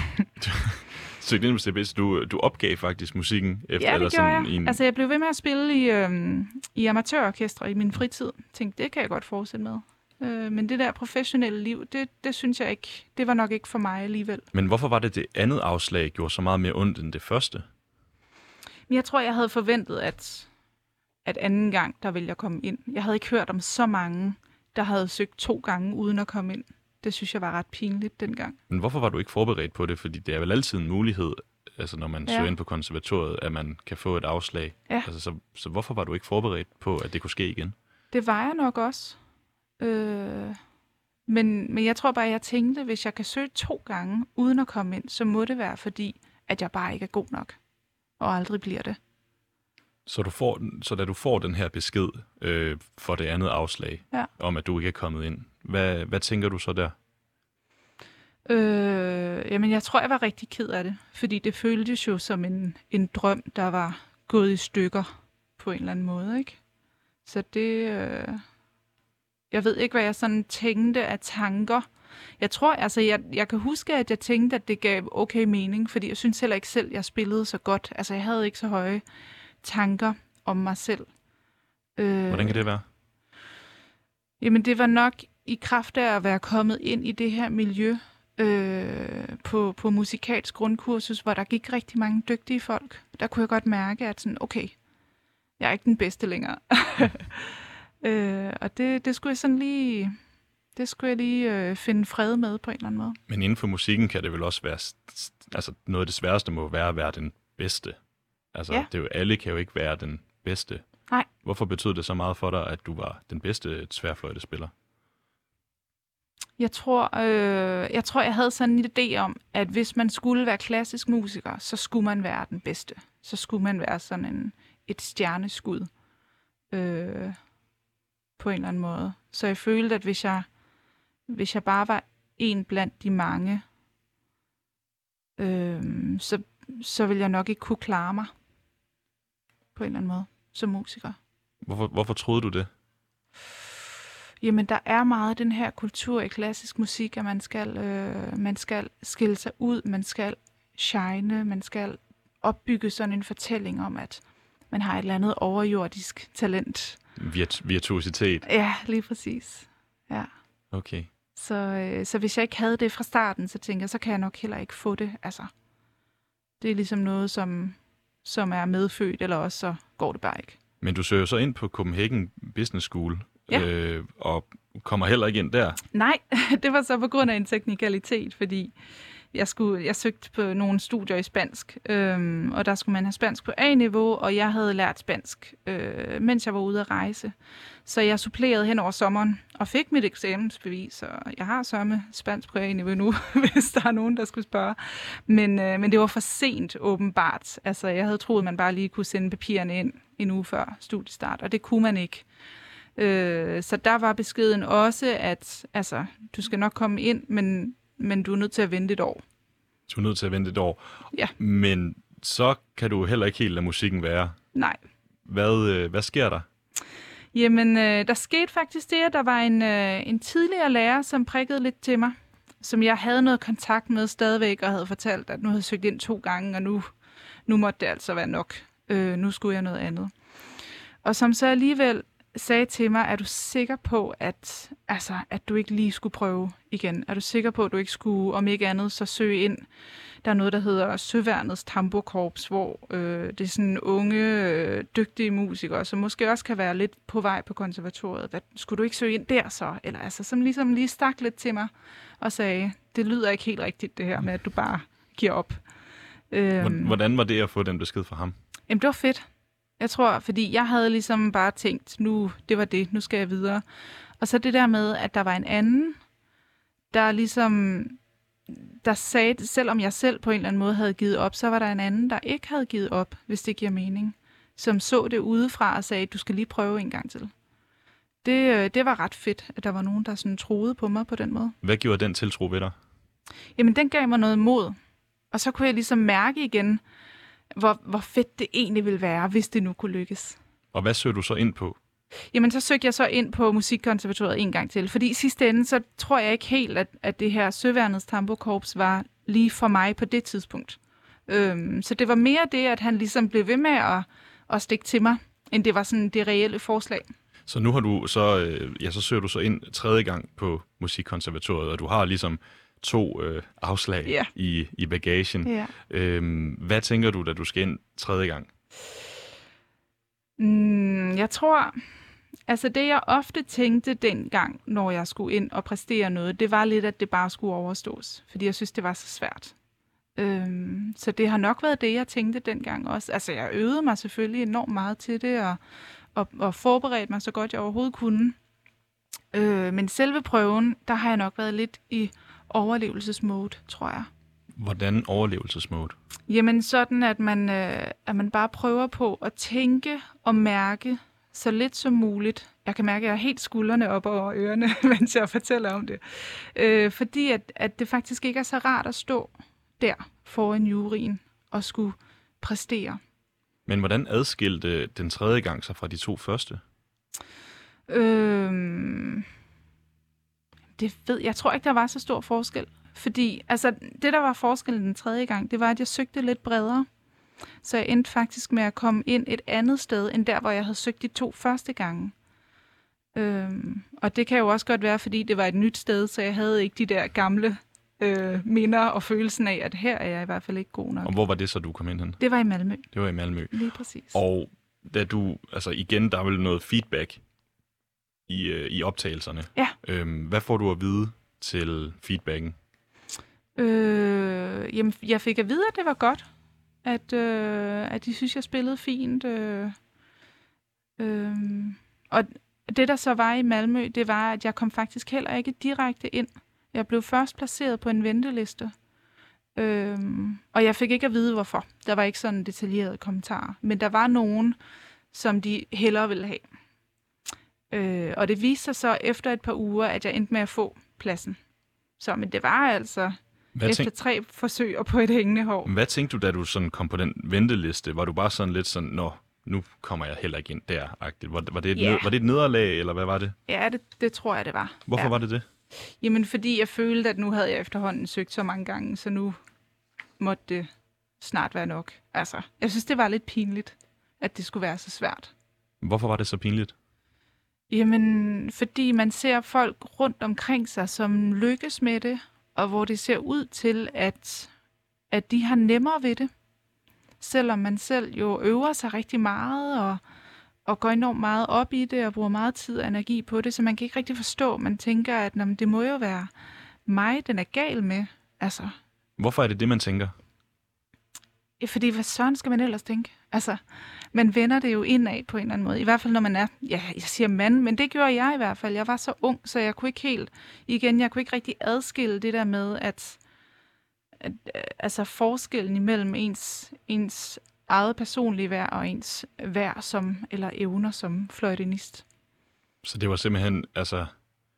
Søgte ind på C B S, du, du opgav faktisk musikken efter? Ja, det eller gjorde sådan jeg. En... Altså, jeg blev ved med at spille i, øhm, i amatørorkestre i min fritid. Tænkte, det kan jeg godt fortsætte med. Øh, men det der professionelle liv, det, det synes jeg ikke, det var nok ikke for mig alligevel. Men hvorfor var det det andet afslag gjorde så meget mere ondt end det første? Jeg tror, jeg havde forventet, at, at anden gang, der ville jeg komme ind. Jeg havde ikke hørt om så mange, der havde søgt to gange uden at komme ind. Det synes jeg var ret pinligt dengang. Men hvorfor var du ikke forberedt på det? Fordi det er vel altid en mulighed, altså når man ja. søger ind på konservatoriet, at man kan få et afslag. Ja. Altså, så, så hvorfor var du ikke forberedt på, at det kunne ske igen? Det var jeg nok også. Øh, men, men jeg tror bare, jeg tænkte, hvis jeg kan søge to gange uden at komme ind, så må det være fordi, at jeg bare ikke er god nok. Og aldrig bliver det. Så, du får, så da du får den her besked øh, for det andet afslag, ja. om at du ikke er kommet ind, hvad, hvad tænker du så der? Øh, jamen, jeg tror, jeg var rigtig ked af det. Fordi det føltes jo som en, en drøm, der var gået i stykker på en eller anden måde, ikke? Så det... Øh, jeg ved ikke, hvad jeg sådan tænkte af tanker. Jeg tror, altså, jeg, jeg kan huske, at jeg tænkte, at det gav okay mening, fordi jeg synes heller ikke selv, jeg spillede så godt. Altså, jeg havde ikke så høje tanker om mig selv. Øh, Hvordan kan det være? Jamen, det var nok i kraft af at være kommet ind i det her miljø, øh, på, på musikalsk grundkursus, hvor der gik rigtig mange dygtige folk. Der kunne jeg godt mærke, at sådan, okay, jeg er ikke den bedste længere. øh, og det, det skulle jeg sådan lige, det skulle jeg lige øh, finde fred med på en eller anden måde. Men inden for musikken kan det vel også være, altså noget af det sværeste må være at være den bedste. Altså, ja. det er jo, alle kan jo ikke være den bedste. Nej. Hvorfor betød det så meget for dig, at du var den bedste tværfløjtespiller? Jeg tror, øh, jeg tror, jeg havde sådan en idé om, at hvis man skulle være klassisk musiker, så skulle man være den bedste. Så skulle man være sådan en, et stjerneskud øh, på en eller anden måde. Så jeg følte, at hvis jeg, hvis jeg bare var en blandt de mange, øh, så, så ville jeg nok ikke kunne klare mig på en eller anden måde som musiker. Hvorfor, hvorfor troede du det? Jamen, der er meget den her kultur i klassisk musik, at man skal, øh, man skal skille sig ud, man skal shine, man skal opbygge sådan en fortælling om, at man har et eller andet overjordisk talent. Virt- virtuositet? Ja, lige præcis. Ja. Okay. Så, øh, så hvis jeg ikke havde det fra starten, så tænker jeg, så kan jeg nok heller ikke få det. Altså, det er ligesom noget, som, som er medfødt, eller også så går det bare ikke. Men du søger så ind på Copenhagen Business School, ja. øh, og kommer heller ikke ind der? Nej, det var så på grund af en teknikalitet, fordi jeg, skulle, jeg søgte på nogle studier i spansk, øhm, og der skulle man have spansk på A-niveau, og jeg havde lært spansk, øh, mens jeg var ude at rejse. Så jeg supplerede hen over sommeren og fik mit eksamensbevis, og jeg har så med spansk på A-niveau nu, hvis der er nogen, der skulle spørge. Men, øh, men det var for sent, åbenbart. Altså, jeg havde troet, man bare lige kunne sende papirerne ind en uge før studiestart, og det kunne man ikke. Øh, så der var beskeden også, at altså, du skal nok komme ind, men, men du er nødt til at vente et år. Du er nødt til at vente et år? Ja. Men så kan du heller ikke helt lade musikken være. Nej. Hvad, øh, hvad sker der? Jamen, øh, der skete faktisk det, at der var en, øh, en tidligere lærer, som prikkede lidt til mig, som jeg havde noget kontakt med stadigvæk, og havde fortalt, at nu havde jeg søgt ind to gange, og nu, nu måtte det altså være nok. Øh, nu skulle jeg noget andet. Og som så alligevel sagde til mig, er du sikker på, at, altså, at du ikke lige skulle prøve igen? Er du sikker på, at du ikke skulle, om ikke andet, så søge ind? Der er noget, der hedder Søværnets Tamburkorps, hvor øh, det er sådan unge, øh, dygtige musikere, som måske også kan være lidt på vej på konservatoriet. Hvad, skulle du ikke søge ind der så? Eller altså, som ligesom lige stak lidt til mig og sagde, det lyder ikke helt rigtigt det her med, at du bare giver op. Øhm, Hvordan var det at få den besked fra ham? Jamen, det var fedt. Jeg tror, fordi jeg havde ligesom bare tænkt, nu, det var det, nu skal jeg videre. Og så det der med, at der var en anden, der ligesom, der sagde, selvom jeg selv på en eller anden måde havde givet op, så var der en anden, der ikke havde givet op, hvis det giver mening. Som så det udefra og sagde, du skal lige prøve en gang til. Det, det var ret fedt, at der var nogen, der sådan troede på mig på den måde. Hvad gjorde den tiltro ved dig? Jamen, den gav mig noget mod. Og så kunne jeg ligesom mærke igen, Hvor, hvor fedt det egentlig ville være, hvis det nu kunne lykkes. Og hvad søgte du så ind på? Jamen, så søgte jeg så ind på Musikkonservatoriet en gang til. Fordi i sidste ende, så tror jeg ikke helt, at, at det her Søværnets Tamburkorps var lige for mig på det tidspunkt. Øhm, så det var mere det, at han ligesom blev ved med at, at stikke til mig, end det var sådan det reelle forslag. Så nu har du så, øh, ja, så søger du så ind tredje gang på Musikkonservatoriet, og du har ligesom to øh, afslag yeah. i, i bagagen. Yeah. Øhm, hvad tænker du, da du skal ind tredje gang? Mm, jeg tror, altså det jeg ofte tænkte dengang, når jeg skulle ind og præstere noget, det var lidt, at det bare skulle overstås, fordi jeg synes, det var så svært. Øhm, så det har nok været det, jeg tænkte dengang også. Altså jeg øvede mig selvfølgelig enormt meget til det, og, og, og forberedte mig så godt jeg overhovedet kunne. Øh, men selve prøven, der har jeg nok været lidt i overlevelsesmode, tror jeg. Hvordan overlevelsesmode? Jamen sådan, at man, øh, at man bare prøver på at tænke og mærke så lidt som muligt. Jeg kan mærke, at jeg har helt skuldrene op over ørerne, mens jeg fortæller om det. Øh, fordi at, at det faktisk ikke er så rart at stå der foran juryen og skulle præstere. Men hvordan adskilte den tredje gang sig fra de to første? Øhm, det ved jeg. Jeg tror ikke, der var så stor forskel. Fordi altså, det, der var forskellen den tredje gang, det var, at jeg søgte lidt bredere. Så jeg endte faktisk med at komme ind et andet sted, end der, hvor jeg havde søgt de to første gange. Øhm, og det kan jo også godt være, fordi det var et nyt sted, så jeg havde ikke de der gamle øh, minder og følelsen af, at her er jeg i hvert fald ikke god nok. Og hvor var det så, du kom ind hen? Det var i Malmø. Det var i Malmø. Lige præcis. Og da du, altså igen, der er vel noget feedback i, øh, i optagelserne. Ja. Øhm, hvad får du at vide til feedbacken? Øh, jamen, jeg fik at vide, at det var godt. At, øh, at de synes, jeg spillede fint. Øh, øh, og det, der så var i Malmø, det var, at jeg kom faktisk heller ikke direkte ind. Jeg blev først placeret på en venteliste. Øh, og jeg fik ikke at vide, hvorfor. Der var ikke sådan detaljerede kommentarer. Men der var nogen, som de hellere ville have. Øh, og det viste sig så efter et par uger, at jeg endte med at få pladsen. Så, men det var altså Hvad efter tænk... tre forsøg og på et hængende hår. Hvad tænkte du, da du sådan kom på den venteliste? Var du bare sådan lidt sådan, nå, nu kommer jeg heller ikke ind der-agtigt? Var, var, det et yeah. ned... var det et nederlag, eller hvad var det? Ja, det, det tror jeg, det var. Hvorfor ja. var det det? Jamen, fordi jeg følte, at nu havde jeg efterhånden søgt så mange gange, så nu måtte det snart være nok. Altså, jeg synes, det var lidt pinligt, at det skulle være så svært. Hvorfor var det så pinligt? Jamen, fordi man ser folk rundt omkring sig, som lykkes med det, og hvor det ser ud til, at, at de har nemmere ved det. Selvom man selv jo øver sig rigtig meget, og, og går enormt meget op i det, og bruger meget tid og energi på det, så man kan ikke rigtig forstå. Man tænker, at jamen, det må jo være mig, den er gal med. Altså, hvorfor er det det, man tænker? Fordi hvad søren skal man ellers tænke? Altså, man vender det jo indad på en eller anden måde. I hvert fald, når man er, ja, jeg siger mand, men det gjorde jeg i hvert fald. Jeg var så ung, så jeg kunne ikke helt, igen, jeg kunne ikke rigtig adskille det der med, at, at altså forskellen imellem ens, ens eget personlige værd og ens værd som, eller evner som fløjtenist. Så det var simpelthen, altså,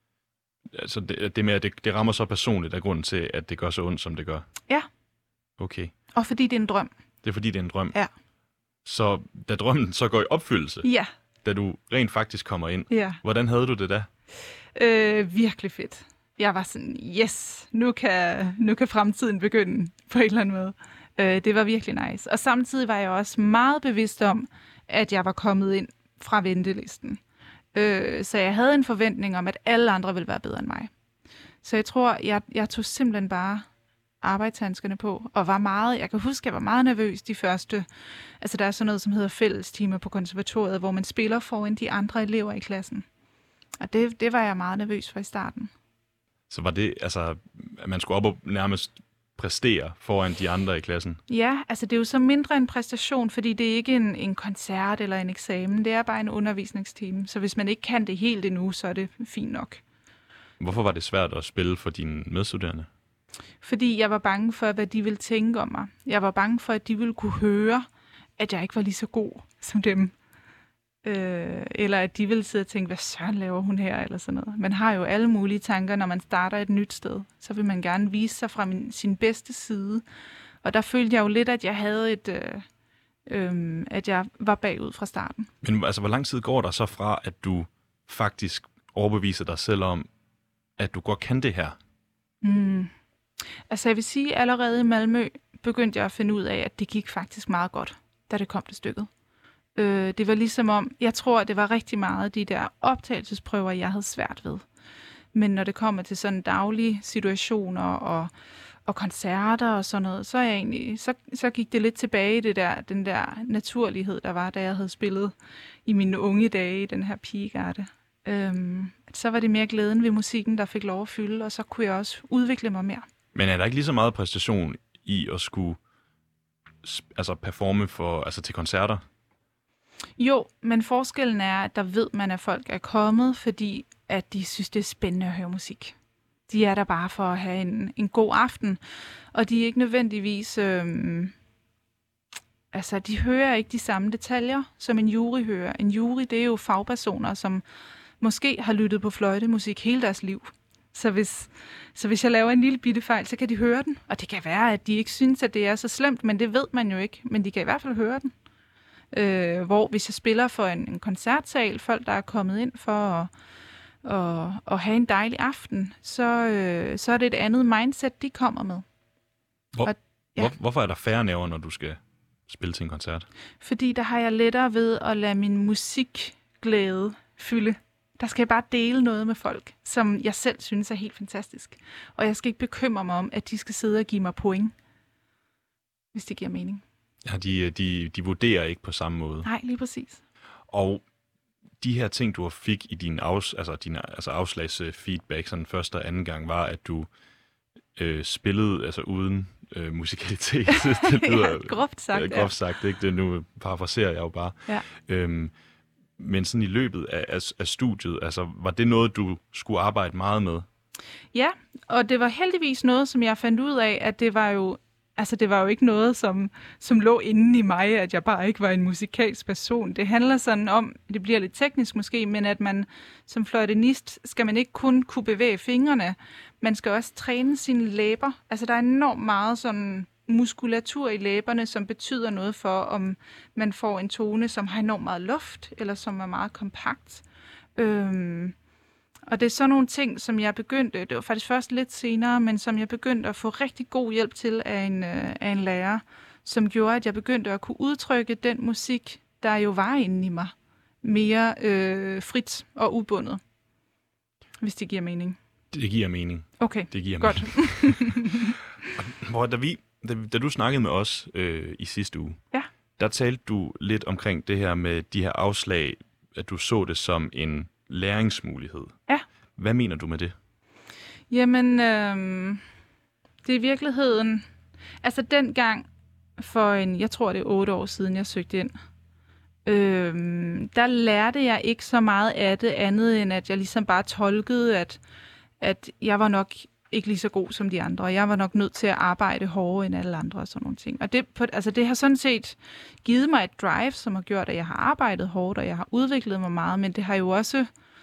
altså det, det med, at det, det rammer så personligt af grunden til, at det gør så ondt, som det gør? Ja. Okay. Og fordi det er en drøm. Det er fordi, det er en drøm? Ja. Så da drømmen så går i opfyldelse, ja. da du rent faktisk kommer ind, ja. hvordan havde du det da? Øh, virkelig fedt. Jeg var sådan, yes, nu kan, nu kan fremtiden begynde på en eller anden måde. Øh, det var virkelig nice. Og samtidig var jeg også meget bevidst om, at jeg var kommet ind fra ventelisten. Øh, så jeg havde en forventning om, at alle andre ville være bedre end mig. Så jeg tror, jeg, jeg tog simpelthen bare arbejdshandskerne på, og var meget, jeg kan huske, jeg var meget nervøs de første, altså der er sådan noget, som hedder fællestimer på konservatoriet, hvor man spiller foran de andre elever i klassen. Og det, det var jeg meget nervøs for i starten. Så var det, altså, at man skulle op og nærmest præstere foran de andre i klassen? Ja, altså det er jo så mindre en præstation, fordi det er ikke en, en koncert eller en eksamen, det er bare en undervisningstime. Så hvis man ikke kan det helt endnu, så er det fint nok. Hvorfor var det svært at spille for dine medstuderende? Fordi jeg var bange for, hvad de ville tænke om mig. Jeg var bange for, at de ville kunne høre, at jeg ikke var lige så god som dem. Øh, eller at de ville sidde og tænke, hvad søren laver hun her, eller sådan noget. Man har jo alle mulige tanker, når man starter et nyt sted. Så vil man gerne vise sig fra min, sin bedste side. Og der følte jeg jo lidt, at jeg havde et... Øh, øh, at jeg var bagud fra starten. Men altså, hvor lang tid går der så fra, at du faktisk overbeviser dig selv om, at du godt kan det her? Mm. Altså jeg vil sige, at allerede i Malmø begyndte jeg at finde ud af, at det gik faktisk meget godt, da det kom til stykket. Øh, det var ligesom om, jeg tror, at det var rigtig meget de der optagelsesprøver, jeg havde svært ved. Men når det kommer til sådan daglige situationer og, og koncerter og sådan noget, så, er jeg egentlig, så, så gik det lidt tilbage i det der, den der naturlighed, der var, da jeg havde spillet i mine unge dage i den her pigegarde. Øhm, så var det mere glæden ved musikken, der fik lov at fylde, og så kunne jeg også udvikle mig mere. Men er der ikke lige så meget præstation i at skulle altså performe for, altså til koncerter? Jo, men forskellen er, at der ved man, at folk er kommet, fordi at de synes, det er spændende at høre musik. De er der bare for at have en, en god aften, og de er ikke nødvendigvis... Øhm, altså, de hører ikke de samme detaljer, som en jury hører. En jury, det er jo fagpersoner, som måske har lyttet på fløjtemusik hele deres liv. Så hvis, så hvis jeg laver en lille bitte fejl, så kan de høre den. Og det kan være, at de ikke synes, at det er så slemt, men det ved man jo ikke. Men de kan i hvert fald høre den. Øh, hvor hvis jeg spiller for en, en koncertsal, folk, der er kommet ind for at, at, at have en dejlig aften, så, øh, så er det et andet mindset, de kommer med. Hvor, og, ja. hvor, hvorfor er der færre nerver, når du skal spille til en koncert? Fordi der har jeg lettere ved at lade min musikglæde fylde Der skal jeg bare dele noget med folk, som jeg selv synes er helt fantastisk. Og jeg skal ikke bekymre mig om, at de skal sidde og give mig point, hvis det giver mening. Ja, de, de, de vurderer ikke på samme måde. Nej, lige præcis. Og de her ting, du fik i din, afs, altså din altså afslagsfeedback, sådan første og anden gang, var, at du øh, spillede altså uden øh, musikalitet. Det lyder, ja, groft sagt. Øh, groft sagt, ikke? Det, nu parafraserer jeg jo bare. Ja. Øhm, men sådan i løbet af, af, af studiet, altså, var det noget, du skulle arbejde meget med? Ja, og det var heldigvis noget, som jeg fandt ud af, at det var jo Altså, det var jo ikke noget, som, som lå inde i mig, at jeg bare ikke var en musikalsk person. Det handler sådan om, det bliver lidt teknisk måske, men at man som fløjtenist skal man ikke kun kunne bevæge fingrene, man skal også træne sine læber. Altså, der er enormt meget sådan muskulatur i læberne, som betyder noget for, om man får en tone, som har enormt meget luft, eller som er meget kompakt. Øhm, Og det er sådan nogle ting, som jeg begyndte, det var faktisk først lidt senere, men som jeg begyndte at få rigtig god hjælp til af en, øh, af en lærer, som gjorde, at jeg begyndte at kunne udtrykke den musik, der jo var inde i mig, mere øh, frit og ubundet, hvis det giver mening. Det giver mening. Okay, det giver godt. Mening. Hvor da, vi, da, da du snakkede med os øh, i sidste uge, ja. der talte du lidt omkring det her med de her afslag, at du så det som en læringsmulighed. Ja. Hvad mener du med det? Jamen, øh, det er i virkeligheden... Altså, dengang for en... Jeg tror, det er otte år siden, jeg søgte ind. Øh, der lærte jeg ikke så meget af det andet, end at jeg ligesom bare tolkede, at, at jeg var nok ikke lige så god som de andre, og jeg var nok nødt til at arbejde hårdere end alle andre og sådan nogle ting. Og det, på, altså det har sådan set givet mig et drive, som har gjort, at jeg har arbejdet hårdt, og jeg har udviklet mig meget, men det har jo også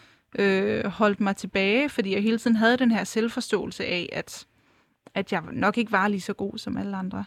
øh, holdt mig tilbage, fordi jeg hele tiden havde den her selvforståelse af, at, at jeg nok ikke var lige så god som alle andre.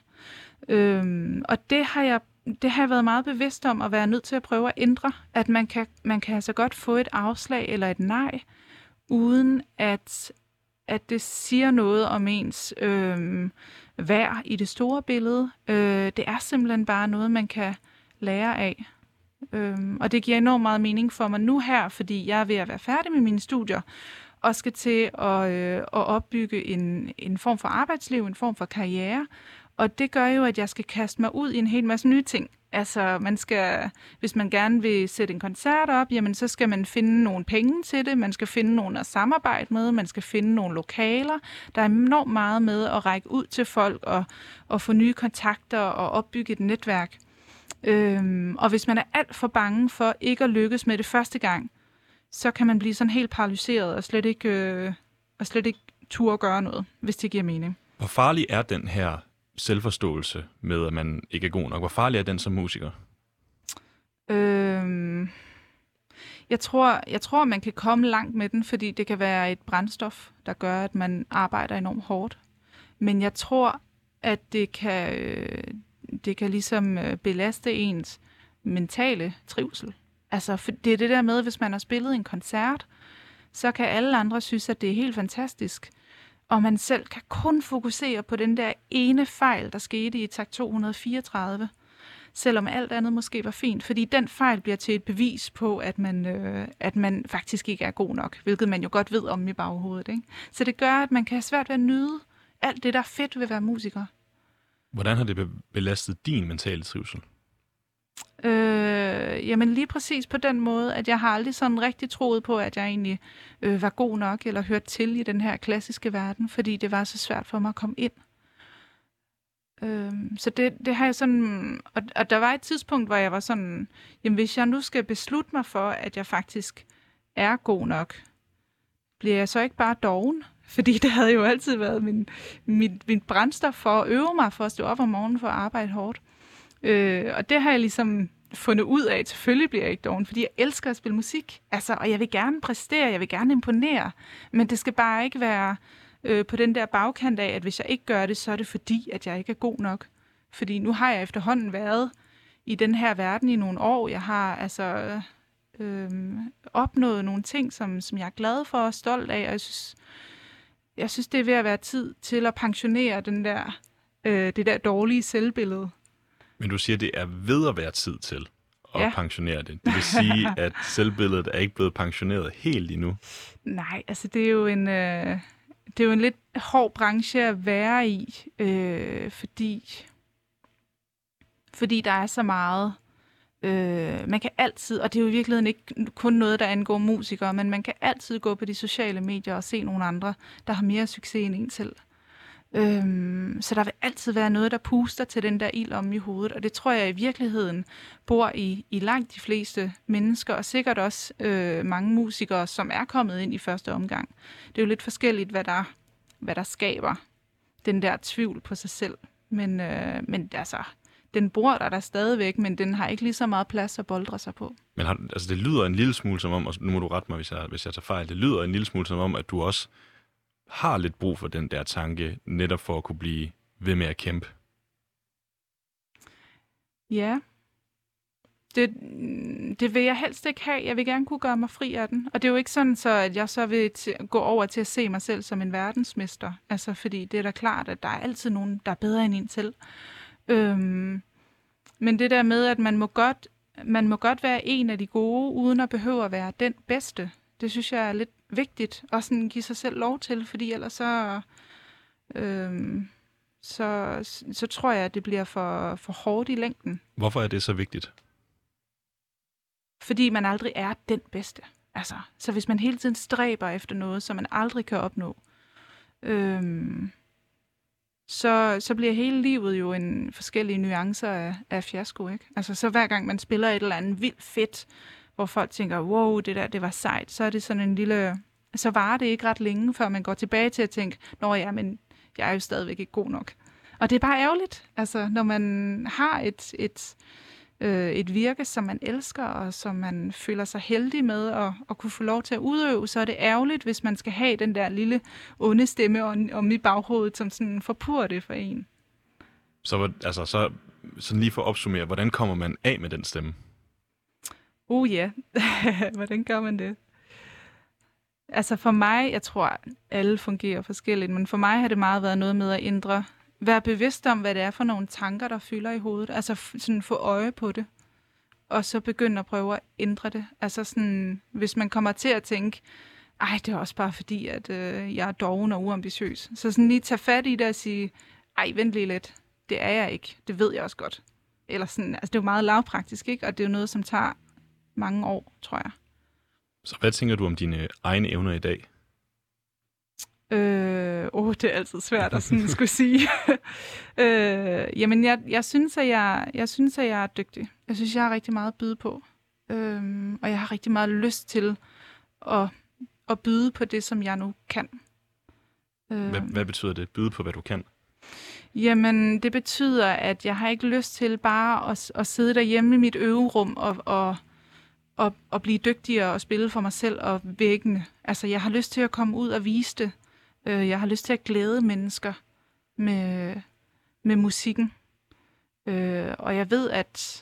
Øhm, og det har jeg det har jeg været meget bevidst om at være nødt til at prøve at ændre, at man kan, man kan altså godt få et afslag eller et nej, uden at at det siger noget om ens øh, værd i det store billede. Øh, det er simpelthen bare noget, man kan lære af. Øh, og det giver enormt meget mening for mig nu her, fordi jeg er ved at være færdig med mine studier, og skal til at, øh, at opbygge en, en form for arbejdsliv, en form for karriere. Og det gør jo, at jeg skal kaste mig ud i en hel masse nye ting. Altså, man skal, hvis man gerne vil sætte en koncert op, jamen så skal man finde nogle penge til det, man skal finde nogen at samarbejde med, man skal finde nogle lokaler. Der er enormt meget med at række ud til folk og, og få nye kontakter og opbygge et netværk. Øhm, og hvis man er alt for bange for ikke at lykkes med det første gang, så kan man blive sådan helt paralyseret og slet ikke, øh, og slet ikke turde gøre noget, hvis det giver mening. Hvor farlig er den her selvforståelse med, at man ikke er god nok? Hvor farlig er den som musiker? Øhm, jeg tror, jeg tror, man kan komme langt med den, fordi det kan være et brændstof, der gør, at man arbejder enormt hårdt. Men jeg tror, at det kan, det kan ligesom belaste ens mentale trivsel. Altså, for det er det der med, hvis man har spillet en koncert, så kan alle andre synes, at det er helt fantastisk. Og man selv kan kun fokusere på den der ene fejl, der skete i takt to hundrede fireogtredive, selvom alt andet måske var fint. Fordi den fejl bliver til et bevis på, at man, øh, at man faktisk ikke er god nok, hvilket man jo godt ved om i baghovedet. Ikke? Så det gør, at man kan have svært ved at nyde alt det, der er fedt ved at være musiker. Hvordan har det belastet din mentale trivsel? Øh, jamen lige præcis på den måde, at jeg har aldrig sådan rigtig troet på, at jeg egentlig øh, var god nok eller hørte til i den her klassiske verden, fordi det var så svært for mig at komme ind. Øh, så det, det har jeg sådan... Og, og der var et tidspunkt, hvor jeg var sådan, jamen hvis jeg nu skal beslutte mig for, at jeg faktisk er god nok, bliver jeg så ikke bare doven? Fordi det havde jo altid været min, min, min brændstof for at øve mig, for at stå op om morgenen for at arbejde hårdt. Øh, og det har jeg ligesom fundet ud af, at selvfølgelig bliver jeg ikke doven, fordi jeg elsker at spille musik. Altså, og jeg vil gerne præstere, jeg vil gerne imponere, men det skal bare ikke være øh, på den der bagkant af, at hvis jeg ikke gør det, så er det fordi, at jeg ikke er god nok. Fordi nu har jeg efterhånden været i den her verden i nogle år. Jeg har altså øh, opnået nogle ting, som, som jeg er glad for og stolt af, og jeg synes, jeg synes, det er ved at være tid til at pensionere den der, øh, det der dårlige selvbillede. Men du siger, det er ved at være tid til at Ja. pensionere det. Det vil sige, at selvbilledet er ikke blevet pensioneret helt endnu. Nej, altså det er jo en, øh, det er jo en lidt hård branche at være i, øh, fordi, fordi der er så meget. Øh, man kan altid, og det er jo i virkeligheden ikke kun noget, der angår musikere, men man kan altid gå på de sociale medier og se nogle andre, der har mere succes end en selv. Øhm, så der vil altid være noget, der puster til den der ild om i hovedet, og det tror jeg i virkeligheden bor i, i langt de fleste mennesker, og sikkert også øh, mange musikere, som er kommet ind i første omgang. Det er jo lidt forskelligt, hvad der, hvad der skaber den der tvivl på sig selv. Men, øh, men altså, den bor der der stadigvæk, men den har ikke lige så meget plads at boldre sig på. Men har, altså det lyder en lille smule som om, og nu må du rette mig, hvis jeg, hvis jeg tager fejl, det lyder en lille smule som om, at du også har lidt brug for den der tanke, netop for at kunne blive ved med at kæmpe. Ja, det, det vil jeg helst ikke have. Jeg vil gerne kunne gøre mig fri af den. Og det er jo ikke sådan, så, at jeg så vil t- gå over til at se mig selv som en verdensmester. Altså, fordi det er da klart, at der er altid nogen, der er bedre end en selv. Øhm, men det der med, at man må, godt, man må godt være en af de gode, uden at behøve at være den bedste, det synes jeg er lidt vigtigt. Og sådan give sig selv lov til, fordi ellers så... Øhm, Så, så tror jeg, at det bliver for, for hårdt i længden. Hvorfor er det så vigtigt? Fordi man aldrig er den bedste. Altså, så hvis man hele tiden stræber efter noget, som man aldrig kan opnå, øhm, så, så bliver hele livet jo en forskellige nuancer af, af fiasko, ikke? Altså, så hver gang man spiller et eller andet vildt fedt, hvor folk tænker, wow, det der, det var sejt, så er det sådan en lille... Så varer det ikke ret længe, før man går tilbage til at tænke, nå ja, men jeg er jo stadigvæk ikke god nok. Og det er bare ærgerligt, altså, når man har et, et, øh, et virke, som man elsker, og som man føler sig heldig med at, at kunne få lov til at udøve, så er det ærgerligt, hvis man skal have den der lille onde stemme om, om i baghovedet, som sådan forpurrer det for en. Så, altså, så sådan lige for at opsummere, hvordan kommer man af med den stemme? Uh ja, yeah. Hvordan gør man det? Altså for mig, jeg tror, alle fungerer forskelligt, men for mig har det meget været noget med at ændre, være bevidst om, hvad det er for nogle tanker, der fylder i hovedet. Altså sådan få øje på det, og så begynde at prøve at ændre det. Altså sådan, hvis man kommer til at tænke, ej, det er også bare fordi, at øh, jeg er doven og uambitiøs. Så sådan lige tage fat i det og sige, ej, vent lige lidt, det er jeg ikke, det ved jeg også godt. Eller sådan, altså det er jo meget lavpraktisk, ikke? Og det er jo noget, som tager mange år, tror jeg. Så hvad tænker du om dine egne evner i dag? Øh, oh, det er altid svært at sådan skulle sige. øh, jamen, jeg, jeg, synes, at jeg, jeg synes, at jeg er dygtig. Jeg synes, jeg har rigtig meget at byde på. Øh, og jeg har rigtig meget lyst til at, at byde på det, som jeg nu kan. Øh, hvad, hvad betyder det? Byde på, hvad du kan? Jamen, det betyder, at jeg har ikke lyst til bare at, at sidde derhjemme i mit øverum og... og Og, og blive dygtigere og spille for mig selv og væggene. Altså, jeg har lyst til at komme ud og vise det. Uh, jeg har lyst til at glæde mennesker med, med musikken. Uh, og jeg ved, at,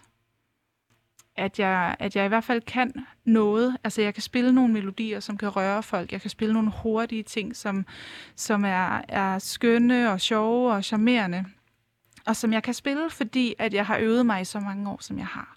at, jeg, at jeg i hvert fald kan noget. Altså, jeg kan spille nogle melodier, som kan røre folk. Jeg kan spille nogle hurtige ting, som, som er, er skønne og sjove og charmerende. Og som jeg kan spille, fordi at jeg har øvet mig i så mange år, som jeg har.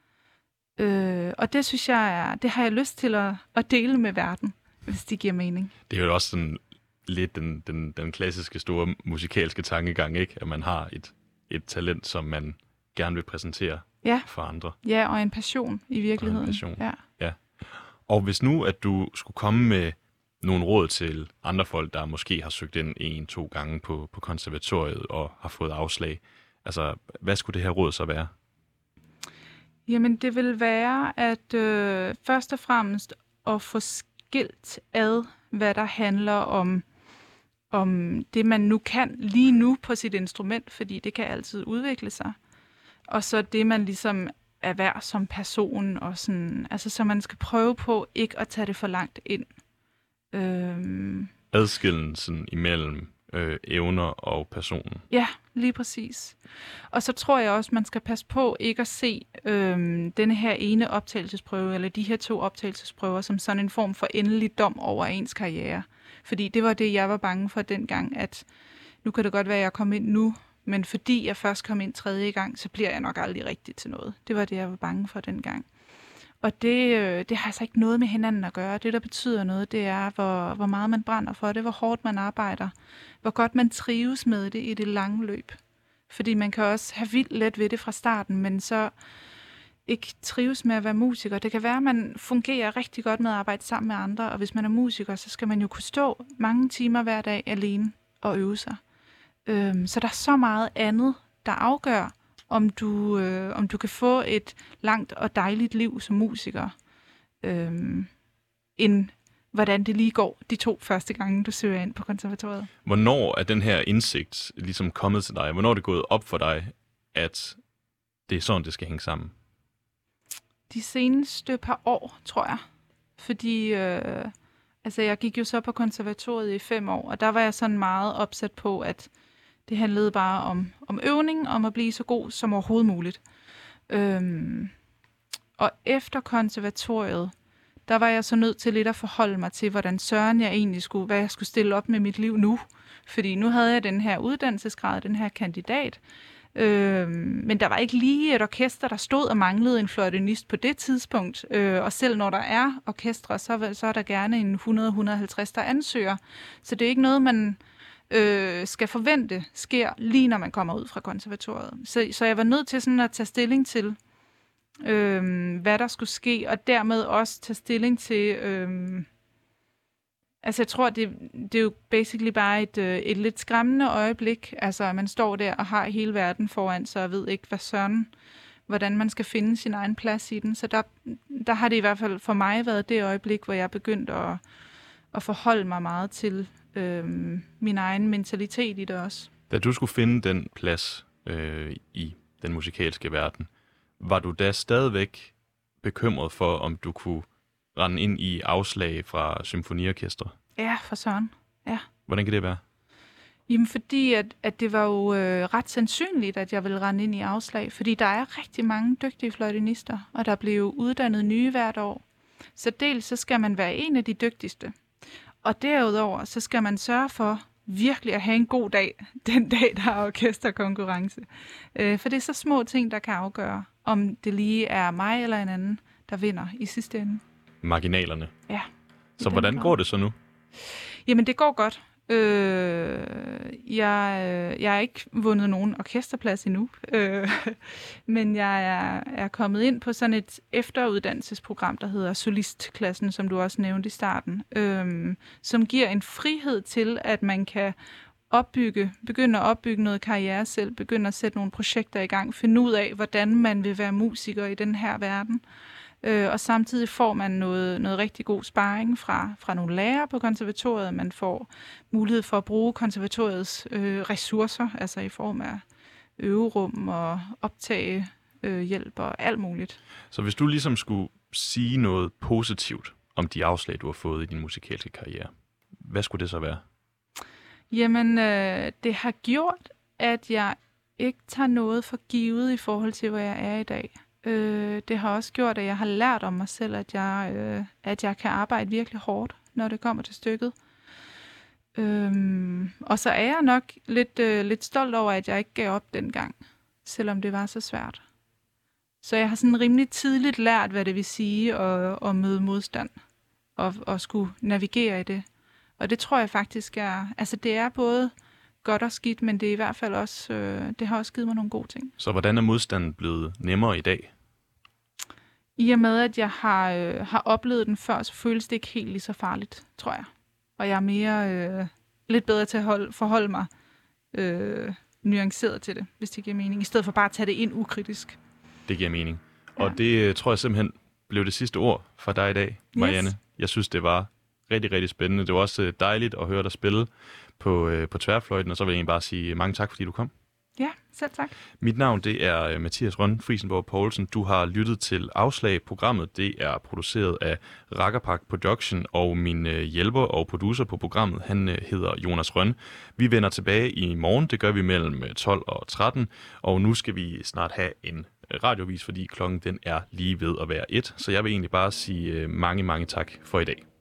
Øh, og det synes jeg er, det har jeg lyst til at, at dele med verden, hvis det giver mening. Det er jo også sådan lidt den, den, den klassiske store musikalske tankegang, ikke? At man har et, et talent, som man gerne vil præsentere ja. for andre. Ja, og en passion i virkeligheden. Og en passion. Ja. Ja. Og hvis nu, at du skulle komme med nogle råd til andre folk, der måske har søgt ind en, to gange på, på konservatoriet og har fået afslag, altså, hvad skulle det her råd så være? Jamen, det vil være, at øh, først og fremmest at få skilt ad, hvad der handler om, om det, man nu kan lige nu på sit instrument, fordi det kan altid udvikle sig. Og så det, man ligesom er værd som person, og sådan, altså, så man skal prøve på ikke at tage det for langt ind. Øhm. Adskillelsen imellem øh, evner og personen. Ja, lige præcis. Og så tror jeg også, man skal passe på ikke at se øhm, denne her ene optagelsesprøve, eller de her to optagelsesprøver, som sådan en form for endelig dom over ens karriere. Fordi det var det, jeg var bange for dengang, at nu kan det godt være, at jeg kom ind nu Men fordi jeg først kom ind tredje gang, så bliver jeg nok aldrig rigtig til noget. Det var det, jeg var bange for dengang. Og det, øh, det har altså ikke noget med hinanden at gøre. Det, der betyder noget, det er, hvor, hvor meget man brænder for det, hvor hårdt man arbejder, hvor godt man trives med det i det lange løb. Fordi man kan også have vildt let ved det fra starten, men så ikke trives med at være musiker. Det kan være, at man fungerer rigtig godt med at arbejde sammen med andre, og hvis man er musiker, så skal man jo kunne stå mange timer hver dag alene og øve sig. Øhm, så der er så meget andet, der afgør, om du, øh, om du kan få et langt og dejligt liv som musiker, øhm, end hvordan det lige går de to første gange, du søger ind på konservatoriet. Hvornår er den her indsigt ligesom kommet til dig? Hvornår er det gået op for dig, at det er sådan, det skal hænge sammen? De seneste par år, tror jeg. Fordi øh, altså, jeg gik jo så på konservatoriet i fem år, og der var jeg sådan meget opsat på, at det handlede bare om, om øvning, om at blive så god som overhovedet muligt. Øhm, og efter konservatoriet, der var jeg så nødt til lidt at forholde mig til, hvordan søren jeg egentlig skulle, hvad jeg skulle stille op med mit liv nu. Fordi nu havde jeg den her uddannelsesgrad, den her kandidat. Øhm, men der var ikke lige et orkester, der stod og manglede en fløjtenist på det tidspunkt. Øh, og selv når der er orkestre, så, så er der gerne en hundrede til hundrede og halvtreds, der ansøger. Så det er ikke noget, man øh, skal forvente sker lige når man kommer ud fra konservatoriet. Så, så jeg var nødt til sådan at tage stilling til, øh, hvad der skulle ske, og dermed også tage stilling til... Øh, altså jeg tror, det, det er jo basically bare et, et lidt skræmmende øjeblik. Altså man står der og har hele verden foran sig og ved ikke, hvad søren, hvordan man skal finde sin egen plads i den. Så der, der har det i hvert fald for mig været det øjeblik, hvor jeg begyndte at, at forholde mig meget til øhm, min egen mentalitet i det også. Da du skulle finde den plads øh, i den musikalske verden, var du da stadigvæk bekymret for, om du kunne rende ind i afslag fra symfoniorkestre? Ja, for søren. Ja. Hvordan kan det være? Jamen fordi, at, at det var jo øh, ret sandsynligt, at jeg ville rende ind i afslag, fordi der er rigtig mange dygtige fløjtenister, og der bliver jo uddannet nye hvert år. Så dels så skal man være en af de dygtigste, og derudover så skal man sørge for virkelig at have en god dag, den dag, der er orkesterkonkurrence. Øh, for det er så små ting, der kan afgøre, om det lige er mig eller en anden, der vinder i sidste ende. Marginalerne. Ja. Så hvordan går det så nu? Jamen, det går godt. Øh, jeg, jeg har ikke vundet nogen orkesterplads endnu, øh, men jeg er, er kommet ind på sådan et efteruddannelsesprogram, der hedder Solistklassen, som du også nævnte i starten, øh, som giver en frihed til, at man kan opbygge, begynde at opbygge noget karriere selv, begynde at sætte nogle projekter i gang, finde ud af, hvordan man vil være musiker i den her verden. Øh, og samtidig får man noget, noget rigtig god sparring fra, fra nogle lærere på konservatoriet. Man får mulighed for at bruge konservatoriets øh, ressourcer, altså i form af øverum og optage øh, hjælp og alt muligt. Så hvis du ligesom skulle sige noget positivt om de afslag, du har fået i din musikalske karriere, hvad skulle det så være? Jamen, øh, det har gjort, at jeg ikke tager noget for givet i forhold til, hvor jeg er i dag. Øh, det har også gjort, at jeg har lært om mig selv, at jeg, øh, at jeg kan arbejde virkelig hårdt, når det kommer til stykket. Øhm, og så er jeg nok lidt, øh, lidt stolt over, at jeg ikke gav op dengang, selvom det var så svært. Så jeg har sådan rimelig tidligt lært, hvad det vil sige at, at møde modstand og, og skulle navigere i det. Og det tror jeg faktisk er, altså det er både godt og skidt, men det er i hvert fald også, øh, det har også givet mig nogle gode ting. Så hvordan er modstanden blevet nemmere i dag? I og med, at jeg har, øh, har oplevet den før, så føles det ikke helt lige så farligt, tror jeg. Og jeg er mere, øh, lidt bedre til at holde, forholde mig øh, nuanceret til det, hvis det giver mening, i stedet for bare at tage det ind ukritisk. Det giver mening. Ja. Og det tror jeg simpelthen blev det sidste ord for dig i dag, Marianne. Yes. Jeg synes, det var rigtig, rigtig spændende. Det var også dejligt at høre dig spille på, øh, på tværfløjten, og så vil jeg egentlig bare sige mange tak, fordi du kom. Ja, selv tak. Mit navn, det er Mathias Rønn Friesenborg Poulsen. Du har lyttet til Afslag. Programmet, det er produceret af Rakkerpark Production, og min øh, hjælper og producer på programmet, han øh, hedder Jonas Rønn. Vi vender tilbage i morgen. Det gør vi mellem tolv og tretten, og nu skal vi snart have en radiovis, fordi klokken den er lige ved at være et. Så jeg vil egentlig bare sige øh, mange, mange tak for i dag.